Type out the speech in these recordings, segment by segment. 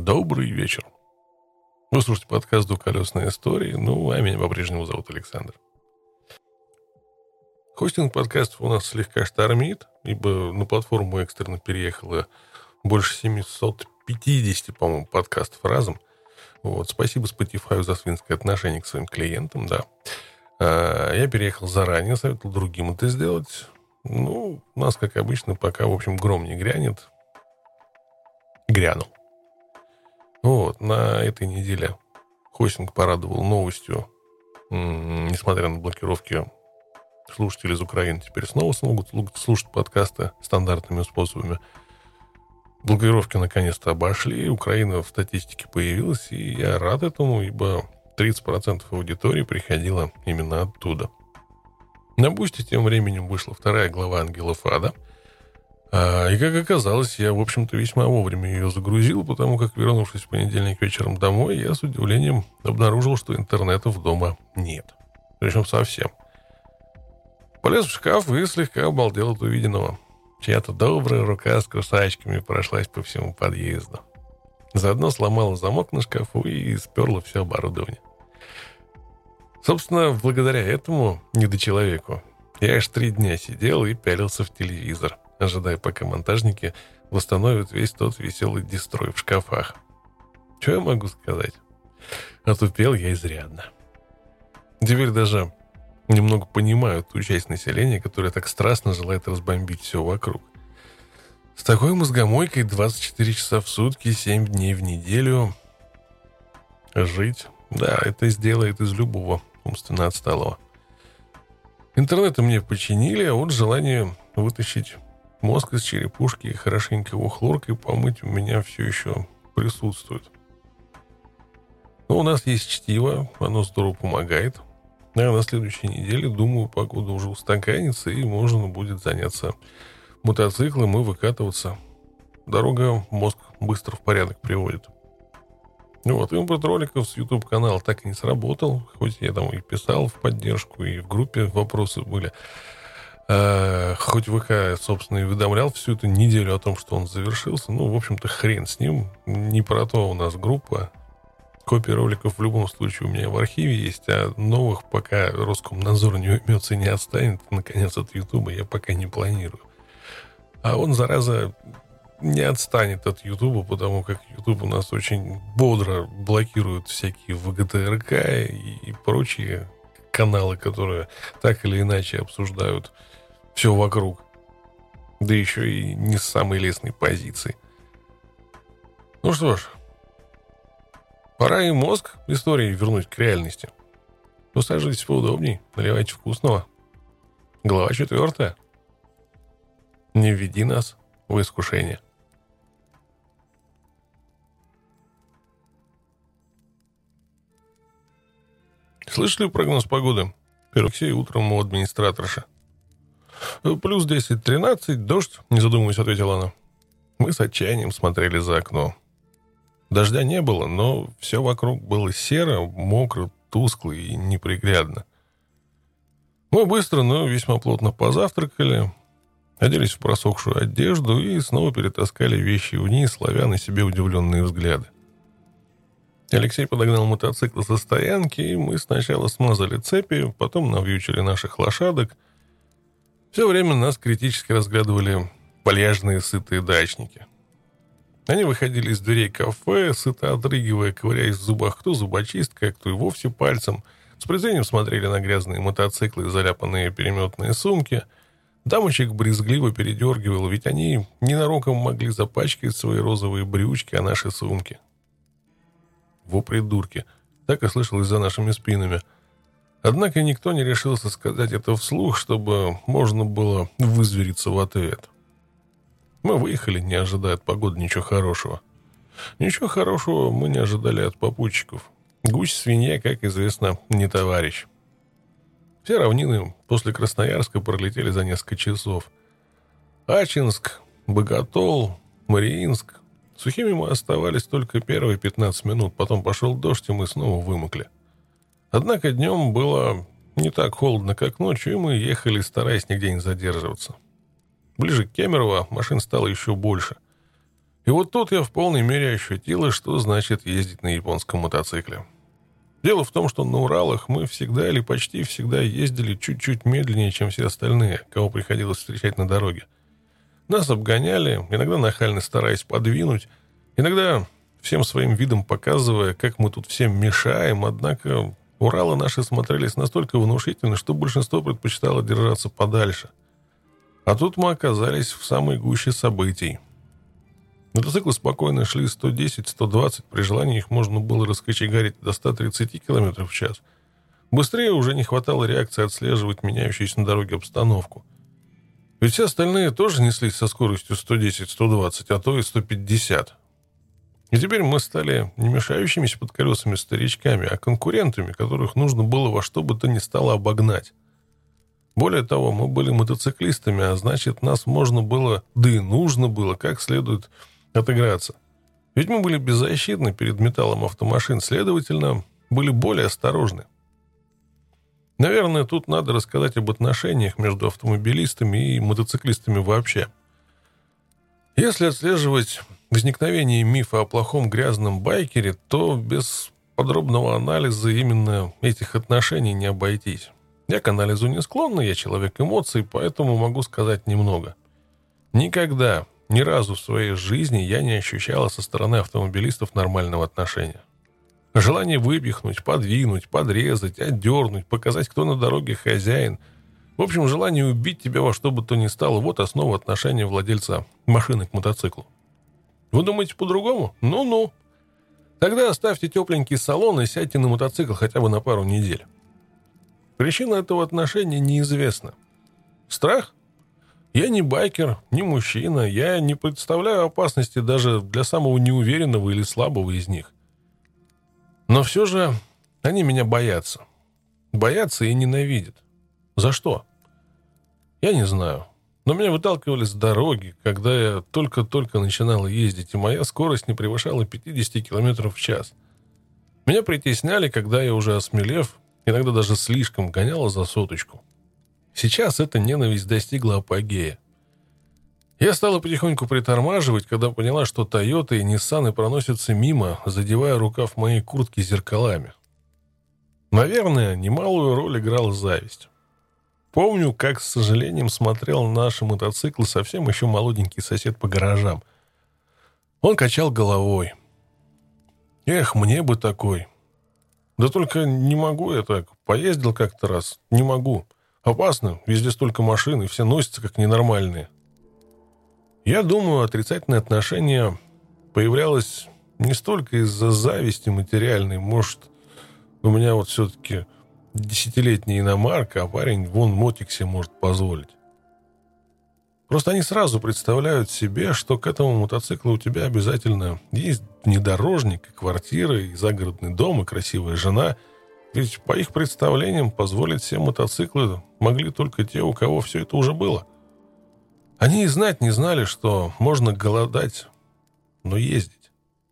Добрый вечер. Вы слушаете подкаст «Двухколесные истории». А меня по-прежнему зовут Александр. Хостинг подкастов у нас слегка штормит, ибо на платформу экстренно переехало больше 750, по-моему, подкастов разом. Спасибо Spotify за свинское отношение к своим клиентам, да. Я переехал заранее, советовал другим это сделать. У нас, как обычно, пока, в общем, гром не грянет. Грянул. На этой неделе хостинг порадовал новостью. Несмотря на блокировки, слушатели из Украины теперь снова смогут слушать подкасты стандартными способами. Блокировки наконец-то обошли, Украина в статистике появилась, и я рад этому, ибо 30% аудитории приходило именно оттуда. На Бусти тем временем вышла 2 глава «Ангелов Ада». И, как оказалось, я, в общем-то, весьма вовремя ее загрузил, потому как, вернувшись в понедельник вечером домой, я с удивлением обнаружил, что интернета в дома нет. Причем совсем. Полез в шкаф и слегка обалдел от увиденного. Чья-то добрая рука с кусачками прошлась по всему подъезду. Заодно сломала замок на шкафу и сперла все оборудование. Собственно, благодаря этому недочеловеку я аж 3 дня сидел и пялился в телевизор, ожидая, пока монтажники восстановят весь тот веселый дестрой в шкафах. Что я могу сказать? Отупел я изрядно. Теперь даже немного понимаю ту часть населения, которая так страстно желает разбомбить все вокруг. С такой мозгомойкой 24 часа в сутки, 7 дней в неделю жить, да, это сделает из любого умственно отсталого. Интернет мне починили, а вот желание вытащить мозг из черепушки и хорошенько его хлоркой помыть у меня все еще присутствует. Но у нас есть чтиво, оно здорово помогает. А на следующей неделе, думаю, погода уже устаканится, и можно будет заняться мотоциклом и выкатываться. Дорога мозг быстро в порядок приводит. Импорт роликов с YouTube-канала так и не сработал, хоть я там и писал в поддержку, и в группе вопросы были. Хоть ВК, собственно, и уведомлял всю эту неделю о том, что он завершился. В общем-то, хрен с ним. Не про то у нас группа. Копии роликов в любом случае у меня в архиве есть, а новых, пока Роскомнадзор не уймется и не отстанет, наконец, от Ютуба, я пока не планирую. А он, зараза, не отстанет от Ютуба, потому как Ютуб у нас очень бодро блокирует всякие ВГТРК и прочие каналы, которые так или иначе обсуждают все вокруг. Да еще и не с самой лестной позиции. Что ж, пора и мозг истории вернуть к реальности. Усаживайтесь поудобней, наливайте вкусного. Глава 4. Не введи нас в искушение. Слышали прогноз погоды? Алексей утром у администраторши. Плюс 10-13, дождь, не задумываясь, ответила она. Мы с отчаянием смотрели за окно. Дождя не было, но все вокруг было серо, мокро, тускло и неприглядно. Мы быстро, но весьма плотно позавтракали, оделись в просохшую одежду и снова перетаскали вещи вниз, ловя на себе удивленные взгляды. Алексей подогнал мотоцикл со стоянки, и мы сначала смазали цепи, потом навьючили наших лошадок. Все время нас критически разглядывали вальяжные сытые дачники. Они выходили из дверей кафе, сыто отрыгивая, ковыряясь в зубах кто зубочисткой, а кто и вовсе пальцем. С презрением смотрели на грязные мотоциклы и заляпанные переметные сумки. Дамочек брезгливо передергивал, ведь они ненароком могли запачкать свои розовые брючки, а наши сумки. Во придурки! Так и слышалось за нашими спинами. Однако никто не решился сказать это вслух, чтобы можно было вызвериться в ответ. Мы выехали, не ожидая от погоды ничего хорошего. Ничего хорошего мы не ожидали от попутчиков. Гусь-свинья, как известно, не товарищ. Все равнины после Красноярска пролетели за несколько часов. Ачинск, Боготол, Мариинск. Сухими мы оставались только первые 15 минут, потом пошел дождь, и мы снова вымокли. Однако днем было не так холодно, как ночью, и мы ехали, стараясь нигде не задерживаться. Ближе к Кемерово машин стало еще больше. И вот тут я в полной мере ощутила, что значит ездить на японском мотоцикле. Дело в том, что на Уралах мы всегда или почти всегда ездили чуть-чуть медленнее, чем все остальные, кого приходилось встречать на дороге. Нас обгоняли, иногда нахально стараясь подвинуть, иногда всем своим видом показывая, как мы тут всем мешаем, однако Уралы наши смотрелись настолько внушительно, что большинство предпочитало держаться подальше. А тут мы оказались в самой гуще событий. Мотоциклы спокойно шли 110-120, при желании их можно было раскочегарить до 130 км в час. Быстрее уже не хватало реакции отслеживать меняющуюся на дороге обстановку. Ведь все остальные тоже неслись со скоростью 110-120, а то и 150. И теперь мы стали не мешающимися под колесами старичками, а конкурентами, которых нужно было во что бы то ни стало обогнать. Более того, мы были мотоциклистами, а значит, нас можно было, да и нужно было, как следует отыграться. Ведь мы были беззащитны перед металлом автомашин, следовательно, были более осторожны. Наверное, тут надо рассказать об отношениях между автомобилистами и мотоциклистами вообще. Если отслеживать возникновение мифа о плохом грязном байкере, то без подробного анализа именно этих отношений не обойтись. Я к анализу не склонный, я человек эмоций, поэтому могу сказать немного. Никогда, ни разу в своей жизни я не ощущала со стороны автомобилистов нормального отношения. Желание выпихнуть, подвинуть, подрезать, отдернуть, показать, кто на дороге хозяин. В общем, желание убить тебя во что бы то ни стало – вот основа отношения владельца машины к мотоциклу. Вы думаете по-другому? Ну-ну. Тогда оставьте тепленький салон и сядьте на мотоцикл хотя бы на пару недель. Причина этого отношения неизвестна. Страх? Я не байкер, не мужчина, я не представляю опасности даже для самого неуверенного или слабого из них. Но все же они меня боятся. Боятся и ненавидят. За что? Я не знаю. Но меня выталкивали с дороги, когда я только-только начинал ездить, и моя скорость не превышала 50 км в час. Меня притесняли, когда я уже осмелев, иногда даже слишком, гоняла за соточку. Сейчас эта ненависть достигла апогея. Я стала потихоньку притормаживать, когда поняла, что Тойота и Ниссаны проносятся мимо, задевая рукав моей куртки зеркалами. Наверное, немалую роль играла зависть. Помню, как с сожалением смотрел на наши мотоциклы совсем еще молоденький сосед по гаражам. Он качал головой. Эх, мне бы такой. Да только не могу я так. Поездил как-то раз. Не могу. Опасно. Везде столько машин, и все носятся как ненормальные. Я думаю, отрицательное отношение появлялось не столько из-за зависти материальной. Может, у меня вот все-таки 10-летняя иномарка, а парень вон мотик себе может позволить. Просто они сразу представляют себе, что к этому мотоциклу у тебя обязательно есть внедорожник, и квартира, и загородный дом, и красивая жена. Ведь по их представлениям позволить себе мотоциклы могли только те, у кого все это уже было. Они и знать не знали, что можно голодать, но ездить.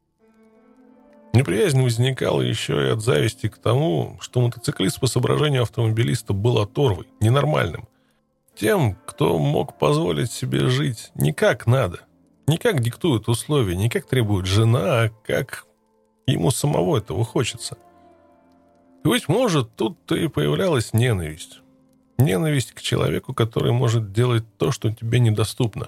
Неприязнь возникала еще и от зависти к тому, что мотоциклист по соображению автомобилиста был оторвой, ненормальным. Тем, кто мог позволить себе жить не как надо, не как диктуют условия, не как требует жена, а как ему самого этого хочется. И, быть может, тут-то и появлялась ненависть. Ненависть к человеку, который может делать то, что тебе недоступно.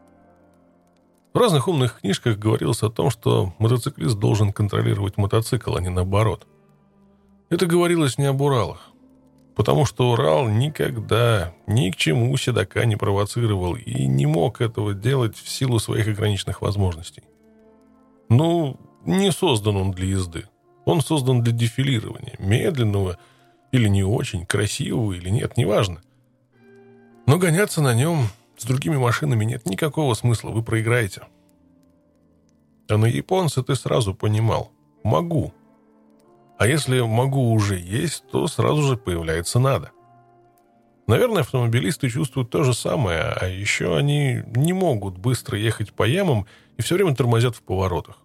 В разных умных книжках говорилось о том, что мотоциклист должен контролировать мотоцикл, а не наоборот. Это говорилось не об Уралах. Потому что Урал никогда ни к чему седока не провоцировал и не мог этого делать в силу своих ограниченных возможностей. Ну, не создан он для езды. Он создан для дефилирования, медленного или не очень, красивого или нет, неважно. Но гоняться на нем с другими машинами нет никакого смысла, вы проиграете. А на японца ты сразу понимал: могу. А если могу уже есть, то сразу же появляется надо. Наверное, автомобилисты чувствуют то же самое, а еще они не могут быстро ехать по ямам и все время тормозят в поворотах.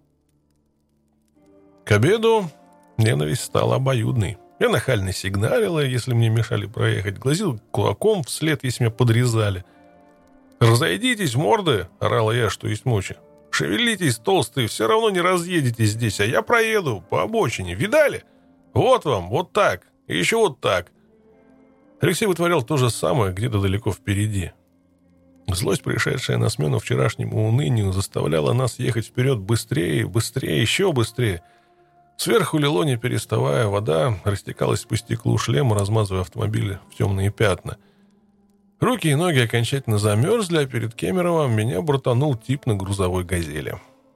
К обеду ненависть стала обоюдной. Я нахально сигналила, если мне мешали проехать, глазил кулаком вслед, если меня подрезали. «Разойдитесь, морды!» — орала я, что есть мочи. Шевелитесь, толстые, все равно не разъедетесь здесь, а я проеду по обочине. Видали? Вот вам, вот так, и еще вот так». Алексей вытворял то же самое где-то далеко впереди. Злость, пришедшая на смену вчерашнему унынию, заставляла нас ехать вперед быстрее, быстрее, еще быстрее. Сверху лило, не переставая, вода растекалась по стеклу шлема, размазывая автомобиль в темные пятна. Руки и ноги окончательно замерзли, а перед Кемеровым меня бортанул тип на грузовой «Газели».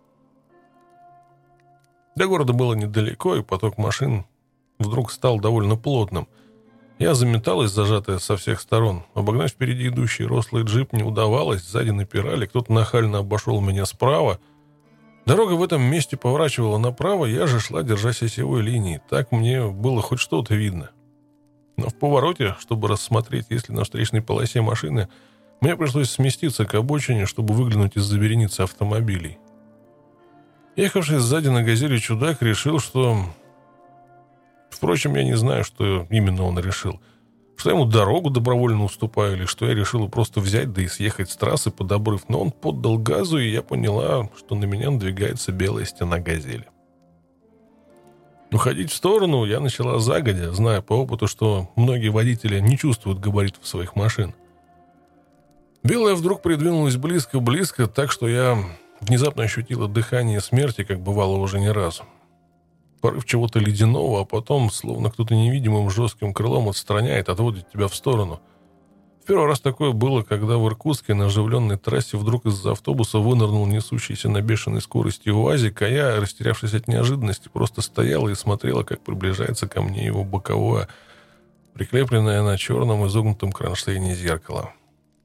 До города было недалеко, и поток машин вдруг стал довольно плотным. Я заметалась, зажатая со всех сторон. Обогнать впереди идущий рослый джип не удавалось, сзади напирали, кто-то нахально обошел меня справа. Дорога в этом месте поворачивала направо, я же шла, держась осевой линии. Так мне было хоть что-то видно. Но в повороте, чтобы рассмотреть, есть ли на встречной полосе машины, мне пришлось сместиться к обочине, чтобы выглянуть из-за вереницы автомобилей. Ехавший сзади на «Газели» чудак решил, что... Впрочем, я не знаю, что именно он решил. Что я ему дорогу добровольно уступаю, или что я решила просто взять, да и съехать с трассы под обрыв. Но он поддал газу, и я поняла, что на меня надвигается белая стена «Газели». Уходить в сторону я начала загодя, зная по опыту, что многие водители не чувствуют габаритов своих машин. Белая вдруг придвинулась близко-близко, так что я внезапно ощутила дыхание смерти, как бывало уже не раз. Порыв чего-то ледяного, а потом, словно кто-то невидимым жестким крылом отстраняет, отводит тебя в сторону. В первый раз такое было, когда в Иркутске на оживленной трассе вдруг из-за автобуса вынырнул несущийся на бешеной скорости УАЗик, а я, растерявшись от неожиданности, просто стояла и смотрела, как приближается ко мне его боковое, прикрепленное на черном изогнутом кронштейне зеркало.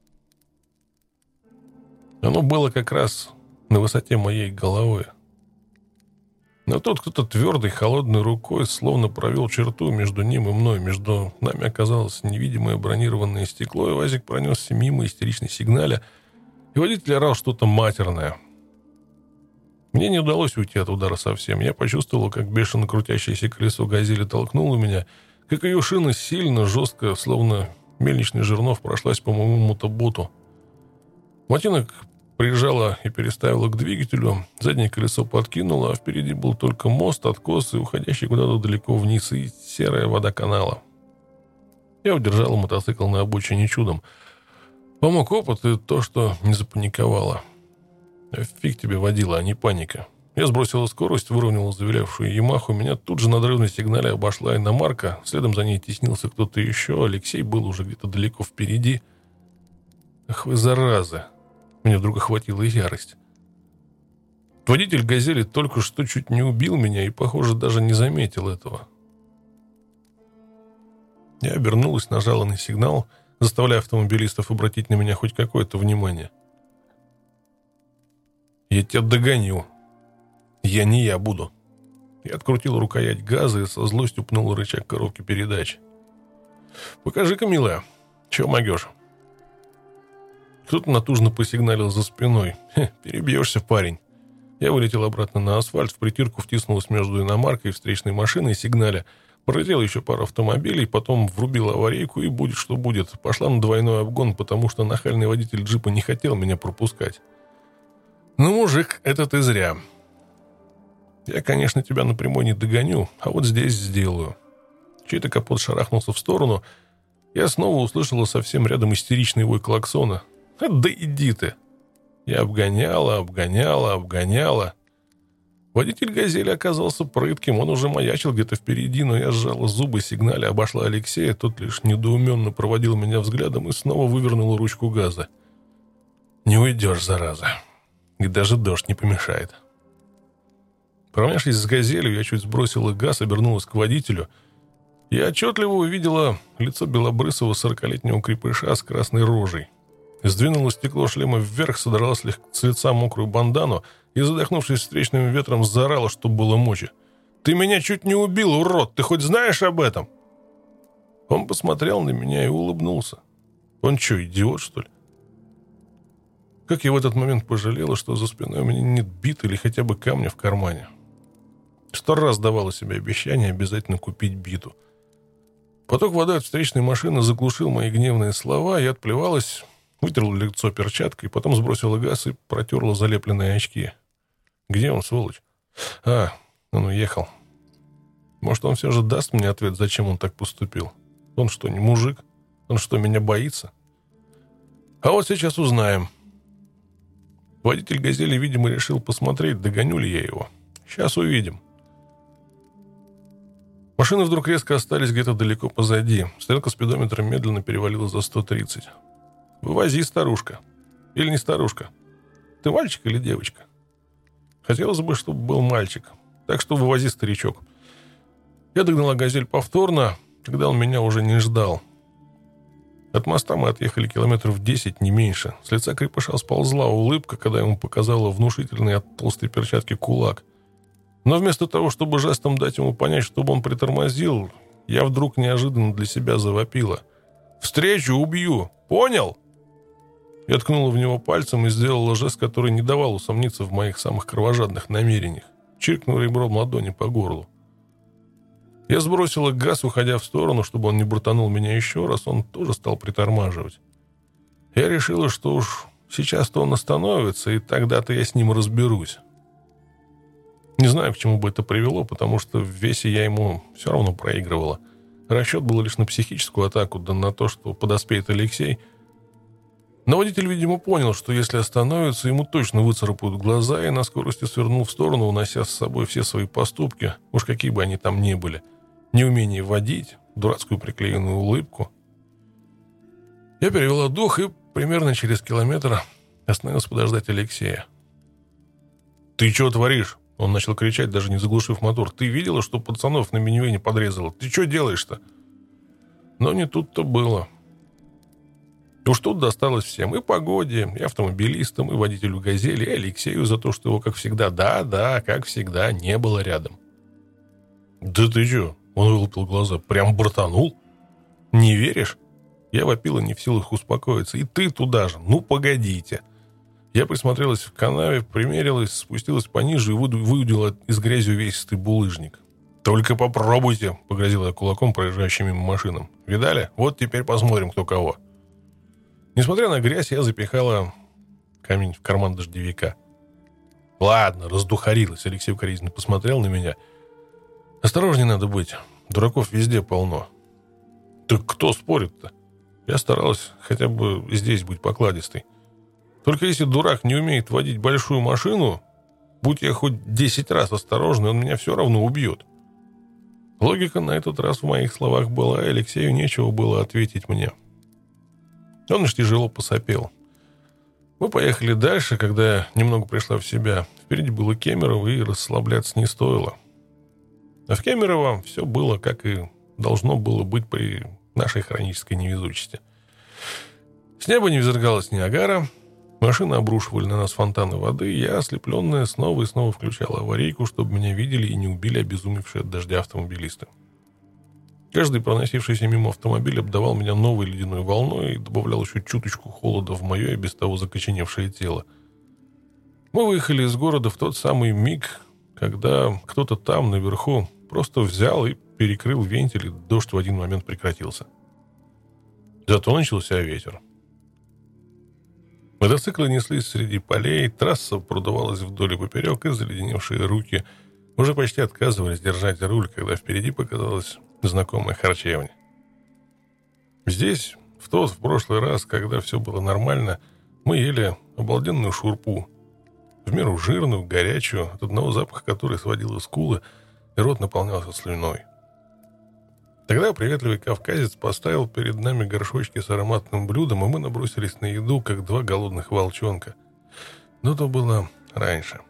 Оно было как раз на высоте моей головы. Но тут кто-то твердой, холодной рукой словно провел черту между ним и мной. Между нами оказалось невидимое бронированное стекло, и УАЗик пронесся мимо, истерично сигналя, и водитель орал что-то матерное. Мне не удалось уйти от удара совсем. Я почувствовал, как бешено крутящееся колесо «Газели» толкнуло меня, как ее шина сильно, жестко, словно мельничный жернов, прошлась по моему мотоботу. Ботинок прижала и переставила к двигателю, заднее колесо подкинуло, а впереди был только мост, откос и уходящий куда-то далеко вниз, и серая вода канала. Я удержала мотоцикл на обочине чудом. Помог опыт и то, что не запаниковала. Фиг тебе водила, а не паника. Я сбросила скорость, выровняла завилявшую «Ямаху», меня тут же на надрывной сигнале обошла иномарка, следом за ней теснился кто-то еще, Алексей был уже где-то далеко впереди. Ах вы заразы! Меня вдруг охватила ярость. Водитель «Газели» только что чуть не убил меня и, похоже, даже не заметил этого. Я обернулась, нажала на сигнал, заставляя автомобилистов обратить на меня хоть какое-то внимание. «Я тебя догоню. Я не я буду». Я открутила рукоять газа и со злостью пнула рычаг коробки передач. «Покажи-ка, милая, чего могешь?» Кто-то натужно посигналил за спиной. «Перебьешься, парень». Я вылетел обратно на асфальт, в притирку втиснулась между иномаркой и встречной машиной, сигналя. Пролетела еще пару автомобилей, потом врубила аварийку, и будет что будет. Пошла на двойной обгон, потому что нахальный водитель джипа не хотел меня пропускать. «Ну, мужик, это ты зря. Я, конечно, тебя напрямую не догоню, а вот здесь сделаю». Чей-то капот шарахнулся в сторону. Я снова услышала совсем рядом истеричный вой клаксона. «Да иди ты!» Я обгоняла. Водитель «Газели» оказался прытким, он уже маячил где-то впереди, но я сжала зубы, сигналя, обошла Алексея, тот лишь недоуменно проводил меня взглядом и снова вывернул ручку газа. «Не уйдешь, зараза. И даже дождь не помешает». Поравнявшись с «Газелью», я чуть сбросила газ, обернулась к водителю. Я отчетливо увидела лицо белобрысого 40-летнего крепыша с красной рожей. Сдвинула стекло шлема вверх, содрала с лица мокрую бандану и, задохнувшись встречным ветром, заорала, что было мочи. «Ты меня чуть не убил, урод! Ты хоть знаешь об этом?» Он посмотрел на меня и улыбнулся. Он что, идиот, что ли? Как я в этот момент пожалела, что за спиной у меня нет биты или хотя бы камня в кармане. 100 раз давала себе обещание обязательно купить биту. Поток воды от встречной машины заглушил мои гневные слова, я отплевалась, вытерла лицо перчаткой, потом сбросила газ и протерла залепленные очки. Где он, сволочь? А, он уехал. Может, он все же даст мне ответ, зачем он так поступил? Он что, не мужик? Он что, меня боится? А вот сейчас узнаем. Водитель «Газели», видимо, решил посмотреть, догоню ли я его. Сейчас увидим. Машины вдруг резко остались где-то далеко позади. Стрелка спидометра медленно перевалила за 130. Вывози, старушка. Или не старушка. Ты мальчик или девочка? Хотелось бы, чтобы был мальчик. Так что вывози, старичок. Я догнала «Газель» повторно, когда он меня уже не ждал. От моста мы отъехали километров 10, не меньше. С лица крепыша сползла улыбка, когда ему показала внушительный от толстой перчатки кулак. Но вместо того, чтобы жестом дать ему понять, чтобы он притормозил, я вдруг неожиданно для себя завопила. «Встречу убью! Понял?» Я ткнула в него пальцем и сделала жест, который не давал усомниться в моих самых кровожадных намерениях. Чиркнул ребром ладони по горлу. Я сбросила газ, уходя в сторону, чтобы он не брутанул меня еще раз. Он тоже стал притормаживать. Я решила, что уж сейчас-то он остановится, и тогда-то я с ним разберусь. Не знаю, к чему бы это привело, потому что в весе я ему все равно проигрывала. Расчет был лишь на психическую атаку, да на то, что подоспеет Алексей. Но водитель, видимо, понял, что если остановится, ему точно выцарапают глаза, и на скорости свернул в сторону, унося с собой все свои поступки, уж какие бы они там ни были. Неумение водить, дурацкую приклеенную улыбку. Я перевела дух и примерно через километр остановился подождать Алексея. «Ты что творишь?» Он начал кричать, даже не заглушив мотор. «Ты видела, что пацанов на минивэне подрезало? Ты что делаешь-то?» Но не тут-то было. Уж тут досталось всем. И погоде, и автомобилистам, и водителю «Газели», и Алексею за то, что его, как всегда, как всегда, не было рядом. «Да ты что?» Он вылупил глаза. «Прям бортанул? Не веришь?» Я вопила, не в силах успокоиться. «И ты туда же! Ну, погодите!» Я присмотрелась в канаве, примерилась, спустилась пониже и выудила из грязи увесистый булыжник. «Только попробуйте!» — погрозила я кулаком проезжающим мимо машинам. «Видали? Вот теперь посмотрим, кто кого». Несмотря на грязь, я запихала камень в карман дождевика. «Ладно, раздухарилась», — Алексей укоризненно посмотрел на меня. «Осторожнее надо быть. Дураков везде полно». «Так кто спорит-то?» Я старалась хотя бы здесь быть покладистой. Только если дурак не умеет водить большую машину, будь я хоть 10 раз осторожный, он меня все равно убьет. Логика на этот раз в моих словах была, и Алексею нечего было ответить мне. Он лишь тяжело посопел. Мы поехали дальше, когда немного пришла в себя. Впереди было Кемерово, и расслабляться не стоило. А в Кемерово все было, как и должно было быть при нашей хронической невезучести. С неба не взрывалась Ниагара, машины обрушивали на нас фонтаны воды, и я, ослепленная, снова и снова включала аварийку, чтобы меня видели и не убили обезумевшие от дождя автомобилисты. Каждый проносившийся мимо автомобиль обдавал меня новой ледяной волной и добавлял еще чуточку холода в мое и без того закоченевшее тело. Мы выехали из города в тот самый миг, когда кто-то там, наверху, просто взял и перекрыл вентиль, и дождь в один момент прекратился. Зато начался ветер. Мотоциклы неслись среди полей, трасса продувалась вдоль и поперек, и заледеневшие руки уже почти отказывались держать руль, когда впереди показалась знакомая харчевня. Здесь, в прошлый раз, когда все было нормально, мы ели обалденную шурпу, в меру жирную, горячую, от одного запаха которой сводило скулы, и рот наполнялся слюной. Тогда приветливый кавказец поставил перед нами горшочки с ароматным блюдом, и мы набросились на еду, как два голодных волчонка. Но то было раньше.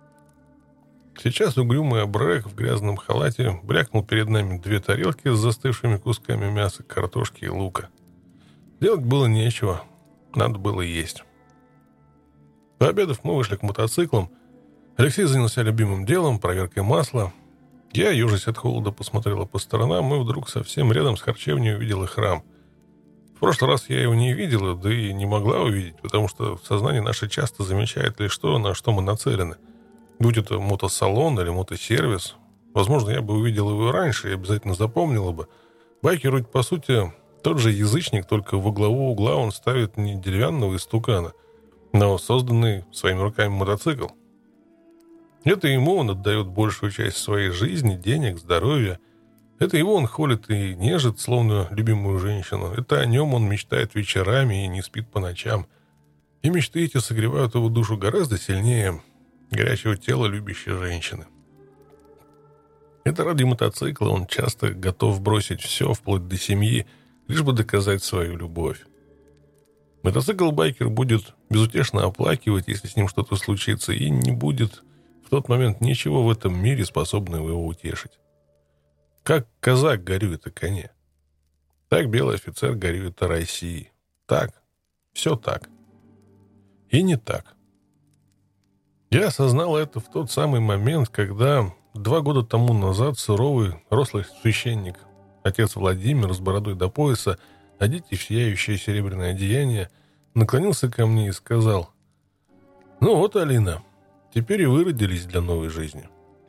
Сейчас угрюмый абрек в грязном халате брякнул перед нами 2 тарелки с застывшими кусками мяса, картошки и лука. Делать было нечего, надо было есть. Пообедав, мы вышли к мотоциклам. Алексей занялся любимым делом, проверкой масла. Я, ежась от холода, посмотрела по сторонам, и вдруг совсем рядом с харчевней увидела храм. В прошлый раз я его не видела, да и не могла увидеть, потому что сознание наше часто замечает лишь то, на что мы нацелены. Будь это мотосалон или мотосервис, возможно, я бы увидел его раньше и обязательно запомнила бы. Байкер ведь, по сути, тот же язычник, только во главу угла он ставит не деревянного истукана, но созданный своими руками мотоцикл. Это ему он отдает большую часть своей жизни, денег, здоровья. Это его он холит и нежит, словно любимую женщину. Это о нем он мечтает вечерами и не спит по ночам. И мечты эти согревают его душу гораздо сильнее горячего тела любящей женщины. Это ради мотоцикла он часто готов бросить все, вплоть до семьи, лишь бы доказать свою любовь. Мотоцикл-байкер будет безутешно оплакивать, если с ним что-то случится, и не будет в тот момент ничего в этом мире, способного его утешить. Как казак горюет о коне. Так белый офицер горюет о России. Так. Все так. И не так. Я осознал это в тот самый момент, когда 2 года тому назад суровый, рослый священник, отец Владимир с бородой до пояса, одетый в сияющее серебряное одеяние, наклонился ко мне и сказал: «Ну вот, Алина, теперь и вы родились для новой жизни».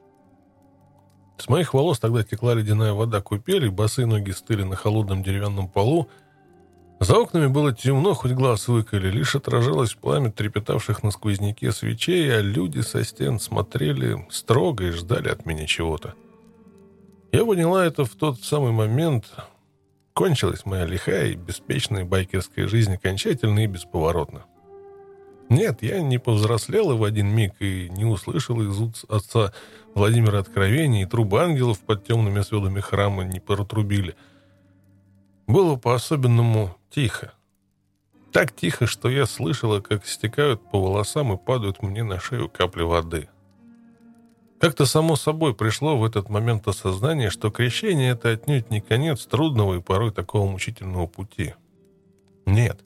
С моих волос тогда текла ледяная вода купели, босые ноги стыли на холодном деревянном полу. За окнами было темно, хоть глаз выколи, лишь отражалось пламя трепетавших на сквозняке свечей, а люди со стен смотрели строго и ждали от меня чего-то. Я поняла это в тот самый момент. Кончилась моя лихая и беспечная байкерская жизнь окончательно и бесповоротно. Нет, я не повзрослела в один миг и не услышала из уст отца Владимира откровений, и трубы ангелов под темными сводами храма не протрубили. Было по-особенному тихо. Так тихо, что я слышала, как стекают по волосам и падают мне на шею капли воды. Как-то само собой пришло в этот момент осознание, что крещение — это отнюдь не конец трудного и порой такого мучительного пути. Нет.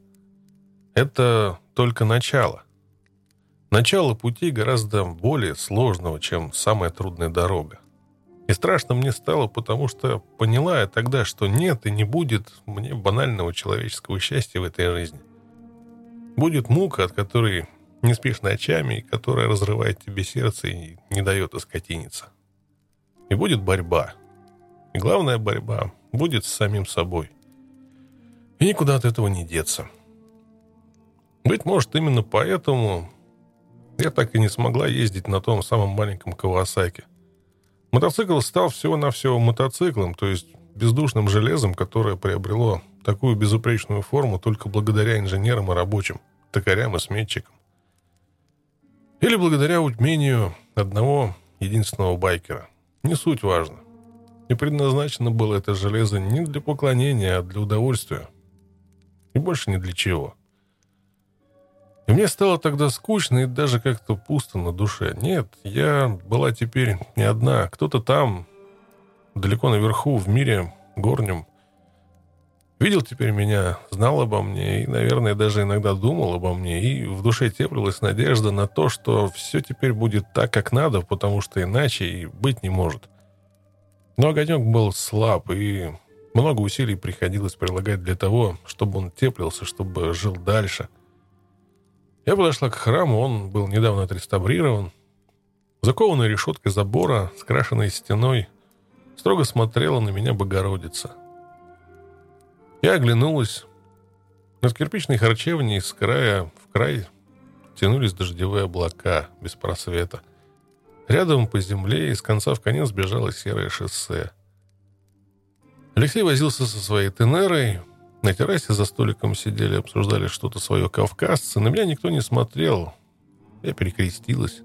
Это только начало. Начало пути гораздо более сложного, чем самая трудная дорога. И страшно мне стало, потому что поняла я тогда, что нет и не будет мне банального человеческого счастья в этой жизни. Будет мука, от которой не спишь ночами, и которая разрывает тебе сердце и не дает оскотиниться. И будет борьба. И главная борьба будет с самим собой. И никуда от этого не деться. Быть может, именно поэтому я так и не смогла ездить на том самом маленьком Кавасаки. Мотоцикл стал всего-навсего мотоциклом, то есть бездушным железом, которое приобрело такую безупречную форму только благодаря инженерам и рабочим, токарям и сметчикам. Или благодаря умению одного единственного байкера. Не суть важно. И предназначено было это железо не для поклонения, а для удовольствия. И больше ни для чего. И мне стало тогда скучно и даже как-то пусто на душе. Нет, я была теперь не одна. Кто-то там, далеко наверху, в мире горнем, видел теперь меня, знал обо мне и, наверное, даже иногда думал обо мне. И в душе теплилась надежда на то, что все теперь будет так, как надо, потому что иначе и быть не может. Но огонек был слаб, и много усилий приходилось прилагать для того, чтобы он теплился, чтобы жил дальше. Я подошла к храму, он был недавно отреставрирован. Закованная решеткой забора, скрашенной стеной, строго смотрела на меня Богородица. Я оглянулась. Над кирпичной харчевней с края в край тянулись дождевые облака без просвета. Рядом по земле из конца в конец бежало серое шоссе. Алексей возился со своей тенерой. На террасе за столиком сидели, обсуждали что-то свое кавказцы. На меня никто не смотрел. Я перекрестилась.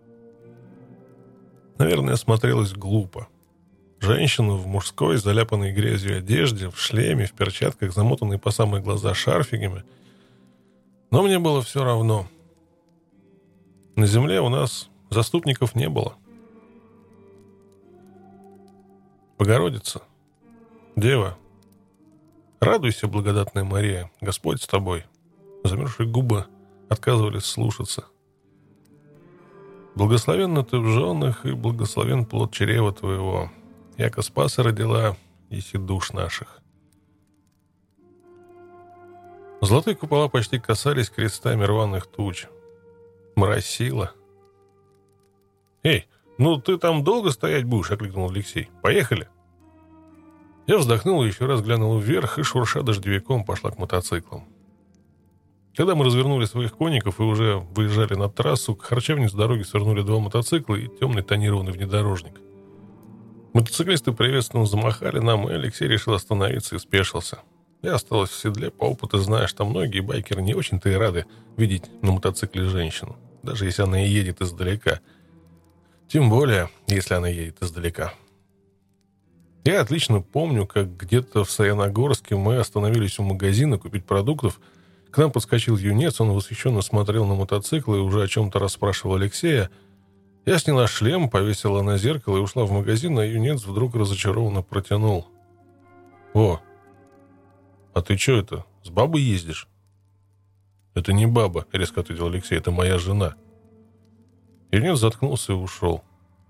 Наверное, смотрелась глупо. Женщину в мужской, заляпанной грязью одежде, в шлеме, в перчатках, замотанной по самые глаза шарфиками. Но мне было все равно. На земле у нас заступников не было. Богородица, Дева, радуйся, благодатная Мария, Господь с тобой. Замерзшие губы отказывались слушаться. Благословенна ты в женах, и благословен плод чрева твоего. Яко спаса родила, еси душ наших. Золотые купола почти касались крестами рваных туч. Моросило. «Эй, ну ты там долго стоять будешь?» — окликнул Алексей. «Поехали!» Я вздохнул и еще раз глянул вверх, и, шурша дождевиком, пошла к мотоциклам. Когда мы развернули своих конников и уже выезжали на трассу, к харчевне с дороги свернули 2 мотоцикла и темный тонированный внедорожник. Мотоциклисты приветственно замахали нам, и Алексей решил остановиться и спешился. Я осталась в седле, по опыту зная, что многие байкеры не очень-то и рады видеть на мотоцикле женщину, даже если она и едет издалека. Тем более, если она едет издалека. Я отлично помню, как где-то в Саяногорске мы остановились у магазина купить продуктов. К нам подскочил юнец, он восхищенно смотрел на мотоцикл и уже о чем-то расспрашивал Алексея. Я сняла шлем, повесила на зеркало и ушла в магазин, а юнец вдруг разочарованно протянул. «О, а ты что это, с бабой ездишь?» «Это не баба», — резко ответил Алексей, — «это моя жена». Юнец заткнулся и ушел.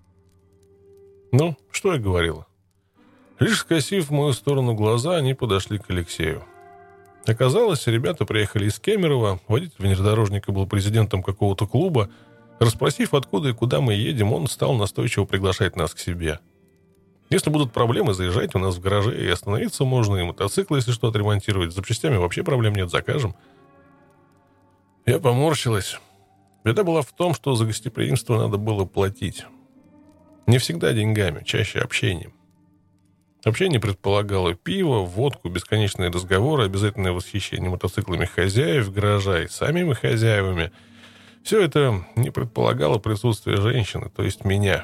Ну, что я говорила? Лишь скосив в мою сторону глаза, они подошли к Алексею. Оказалось, ребята приехали из Кемерово, водитель внедорожника был президентом какого-то клуба. Расспросив, откуда и куда мы едем, он стал настойчиво приглашать нас к себе. Если будут проблемы, заезжайте, у нас в гараже и остановиться можно, и мотоцикл, если что, отремонтировать. С запчастями вообще проблем нет, закажем. Я поморщилась. Беда была в том, что за гостеприимство надо было платить. Не всегда деньгами, чаще общением. Общение предполагало пиво, водку, бесконечные разговоры, обязательное восхищение мотоциклами хозяев гаража и самими хозяевами. Все это не предполагало присутствие женщины, то есть меня.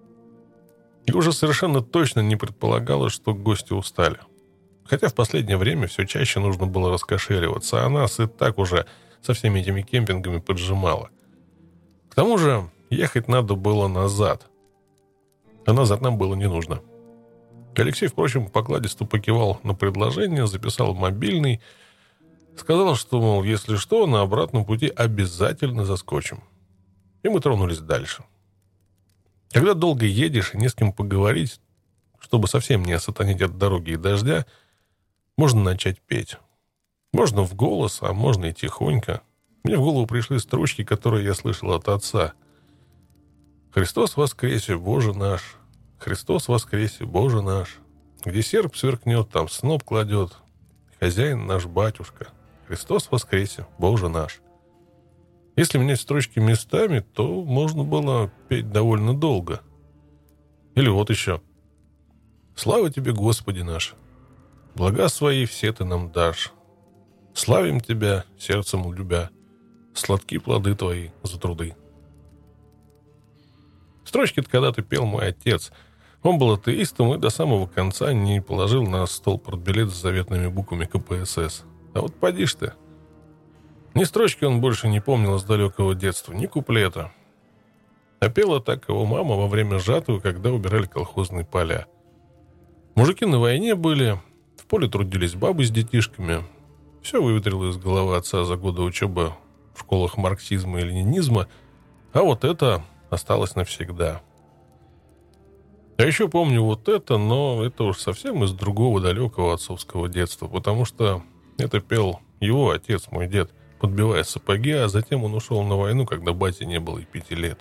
И уже совершенно точно не предполагало, что гости устали. Хотя в последнее время все чаще нужно было раскошеливаться, а нас и так уже со всеми этими кемпингами поджимало. К тому же ехать надо было назад. А назад нам было не нужно. Алексей, впрочем, покладисто покивал на предложение, записал мобильный, сказал, что, мол, если что, на обратном пути обязательно заскочим. И мы тронулись дальше. Когда долго едешь и не с кем поговорить, чтобы совсем не осатанить от дороги и дождя, можно начать петь. Можно в голос, а можно и тихонько. Мне в голову пришли строчки, которые я слышал от отца. «Христос воскресе, Боже наш! Христос воскресе, Боже наш! Где серп сверкнет, там сноп кладет. Хозяин наш батюшка! Христос воскресе, Боже наш!» Если менять строчки местами, то можно было петь довольно долго. Или вот еще. «Слава тебе, Господи наш! Блага свои все ты нам дашь. Славим тебя, сердцем любя. Сладки плоды твои за труды». Строчки-то когда-то пел мой отец. Он был атеистом и до самого конца не положил на стол портбилет с заветными буквами КПСС. А вот поди ж ты. Ни строчки он больше не помнил с далекого детства, ни куплета. А пела так его мама во время жатвы, когда убирали колхозные поля. Мужики на войне были, в поле трудились бабы с детишками. Все выветрило из головы отца за годы учебы в школах марксизма и ленинизма, а вот это осталось навсегда. А еще помню вот это, но это уж совсем из другого далекого отцовского детства, потому что это пел его отец, мой дед, подбивая сапоги, а затем он ушел на войну, когда бате не было и 5 лет.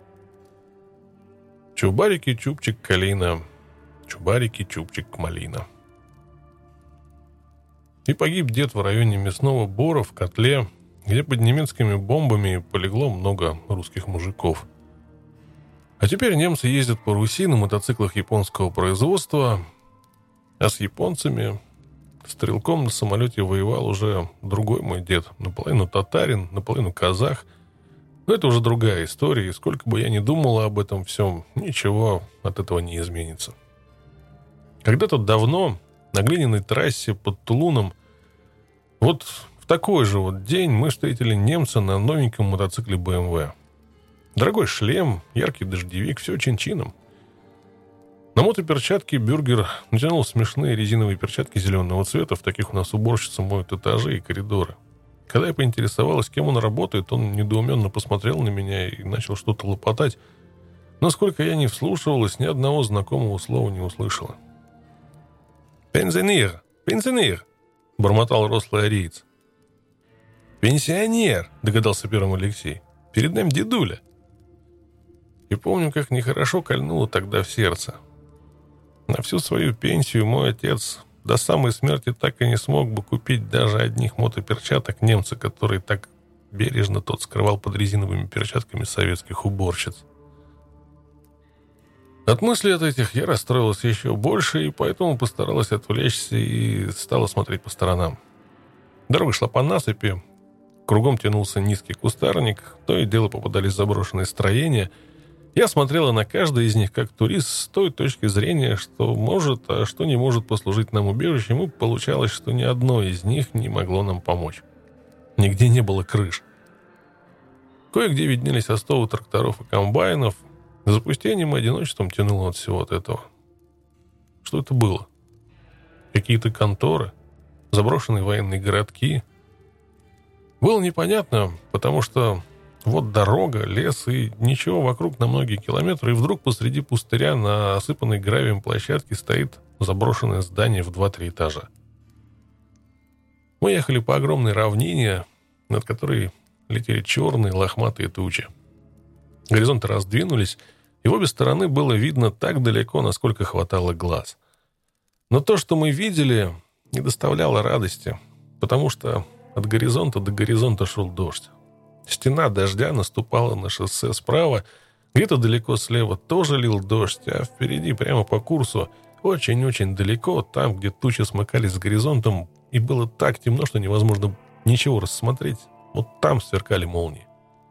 Чубарики, чубчик, калина, чубарики, чубчик, малина. И погиб дед в районе Мясного Бора в котле, где под немецкими бомбами полегло много русских мужиков. А теперь немцы ездят по Руси на мотоциклах японского производства, а с японцами стрелком на самолете воевал уже другой мой дед, наполовину татарин, наполовину казах. Но это уже другая история, и сколько бы я ни думала об этом всем, ничего от этого не изменится. Когда-то давно на глиняной трассе под Тулуном, вот в такой же вот день мы встретили немца на новеньком мотоцикле BMW. Дорогой шлем, яркий дождевик, все чин-чином. На мотоперчатке Бюргер натянул смешные резиновые перчатки зеленого цвета. В таких у нас уборщица моют этажи и коридоры. Когда я поинтересовалась, кем он работает, он недоуменно посмотрел на меня и начал что-то лопотать. Но сколько я не вслушивалась, ни одного знакомого слова не услышала. «Пенсионер! Пенсионер!» — бормотал рослый ариец. «Пенсионер!» — догадался первым Алексей. «Перед нами дедуля!» И помню, как нехорошо кольнуло тогда в сердце. На всю свою пенсию мой отец до самой смерти так и не смог бы купить даже одних мотоперчаток немца, который так бережно тот скрывал под резиновыми перчатками советских уборщиц. От мыслей от этих я расстроилась еще больше, и поэтому постаралась отвлечься и стала смотреть по сторонам. Дорога шла по насыпи, кругом тянулся низкий кустарник, то и дело попадались заброшенные строения. Я смотрела на каждое из них как турист с той точки зрения, что может, а что не может послужить нам убежищем, и получалось, что ни одно из них не могло нам помочь. Нигде не было крыш. Кое-где виднелись остовы тракторов и комбайнов. Запустением и одиночеством тянуло от всего от этого. Что это было? Какие-то конторы? Заброшенные военные городки? Было непонятно, потому что вот дорога, лес и ничего вокруг на многие километры, и вдруг посреди пустыря на осыпанной гравием площадке стоит заброшенное здание в 2-3 этажа. Мы ехали по огромной равнине, над которой летели черные лохматые тучи. Горизонты раздвинулись, и в обе стороны было видно так далеко, насколько хватало глаз. Но то, что мы видели, не доставляло радости, потому что от горизонта до горизонта шел дождь. Стена дождя наступала на шоссе справа, где-то далеко слева тоже лил дождь, а впереди, прямо по курсу, очень-очень далеко, там, где тучи смыкались с горизонтом, и было так темно, что невозможно ничего рассмотреть, вот там сверкали молнии.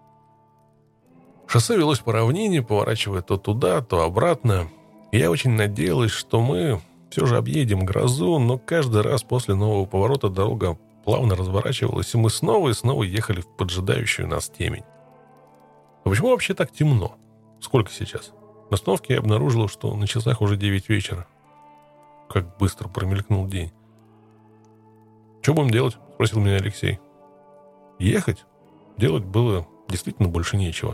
Шоссе велось по равнине, поворачивая то туда, то обратно. Я очень надеялась, что мы все же объедем грозу, но каждый раз после нового поворота дорога плавно разворачивалась, и мы снова и снова ехали в поджидающую нас темень. А почему вообще так темно? Сколько сейчас? На остановке я обнаружила, что на часах уже 9 вечера. Как быстро промелькнул день. «Что будем делать?» — спросил меня Алексей. «Ехать?» Делать было действительно больше нечего.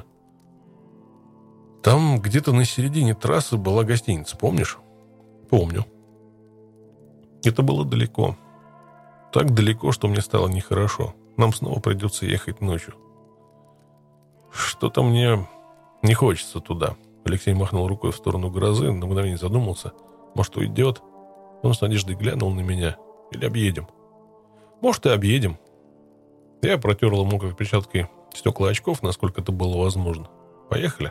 Там где-то на середине трассы была гостиница, помнишь? Помню. Это было далеко. Так далеко, что мне стало нехорошо. Нам снова придется ехать ночью. Что-то мне не хочется туда. Алексей махнул рукой в сторону грозы, на мгновение задумался. Может, уйдет? Он с надеждой глянул на меня. Или объедем? Может, и объедем. Я протерла мокрой перчаткой стекла очков, насколько это было возможно. Поехали.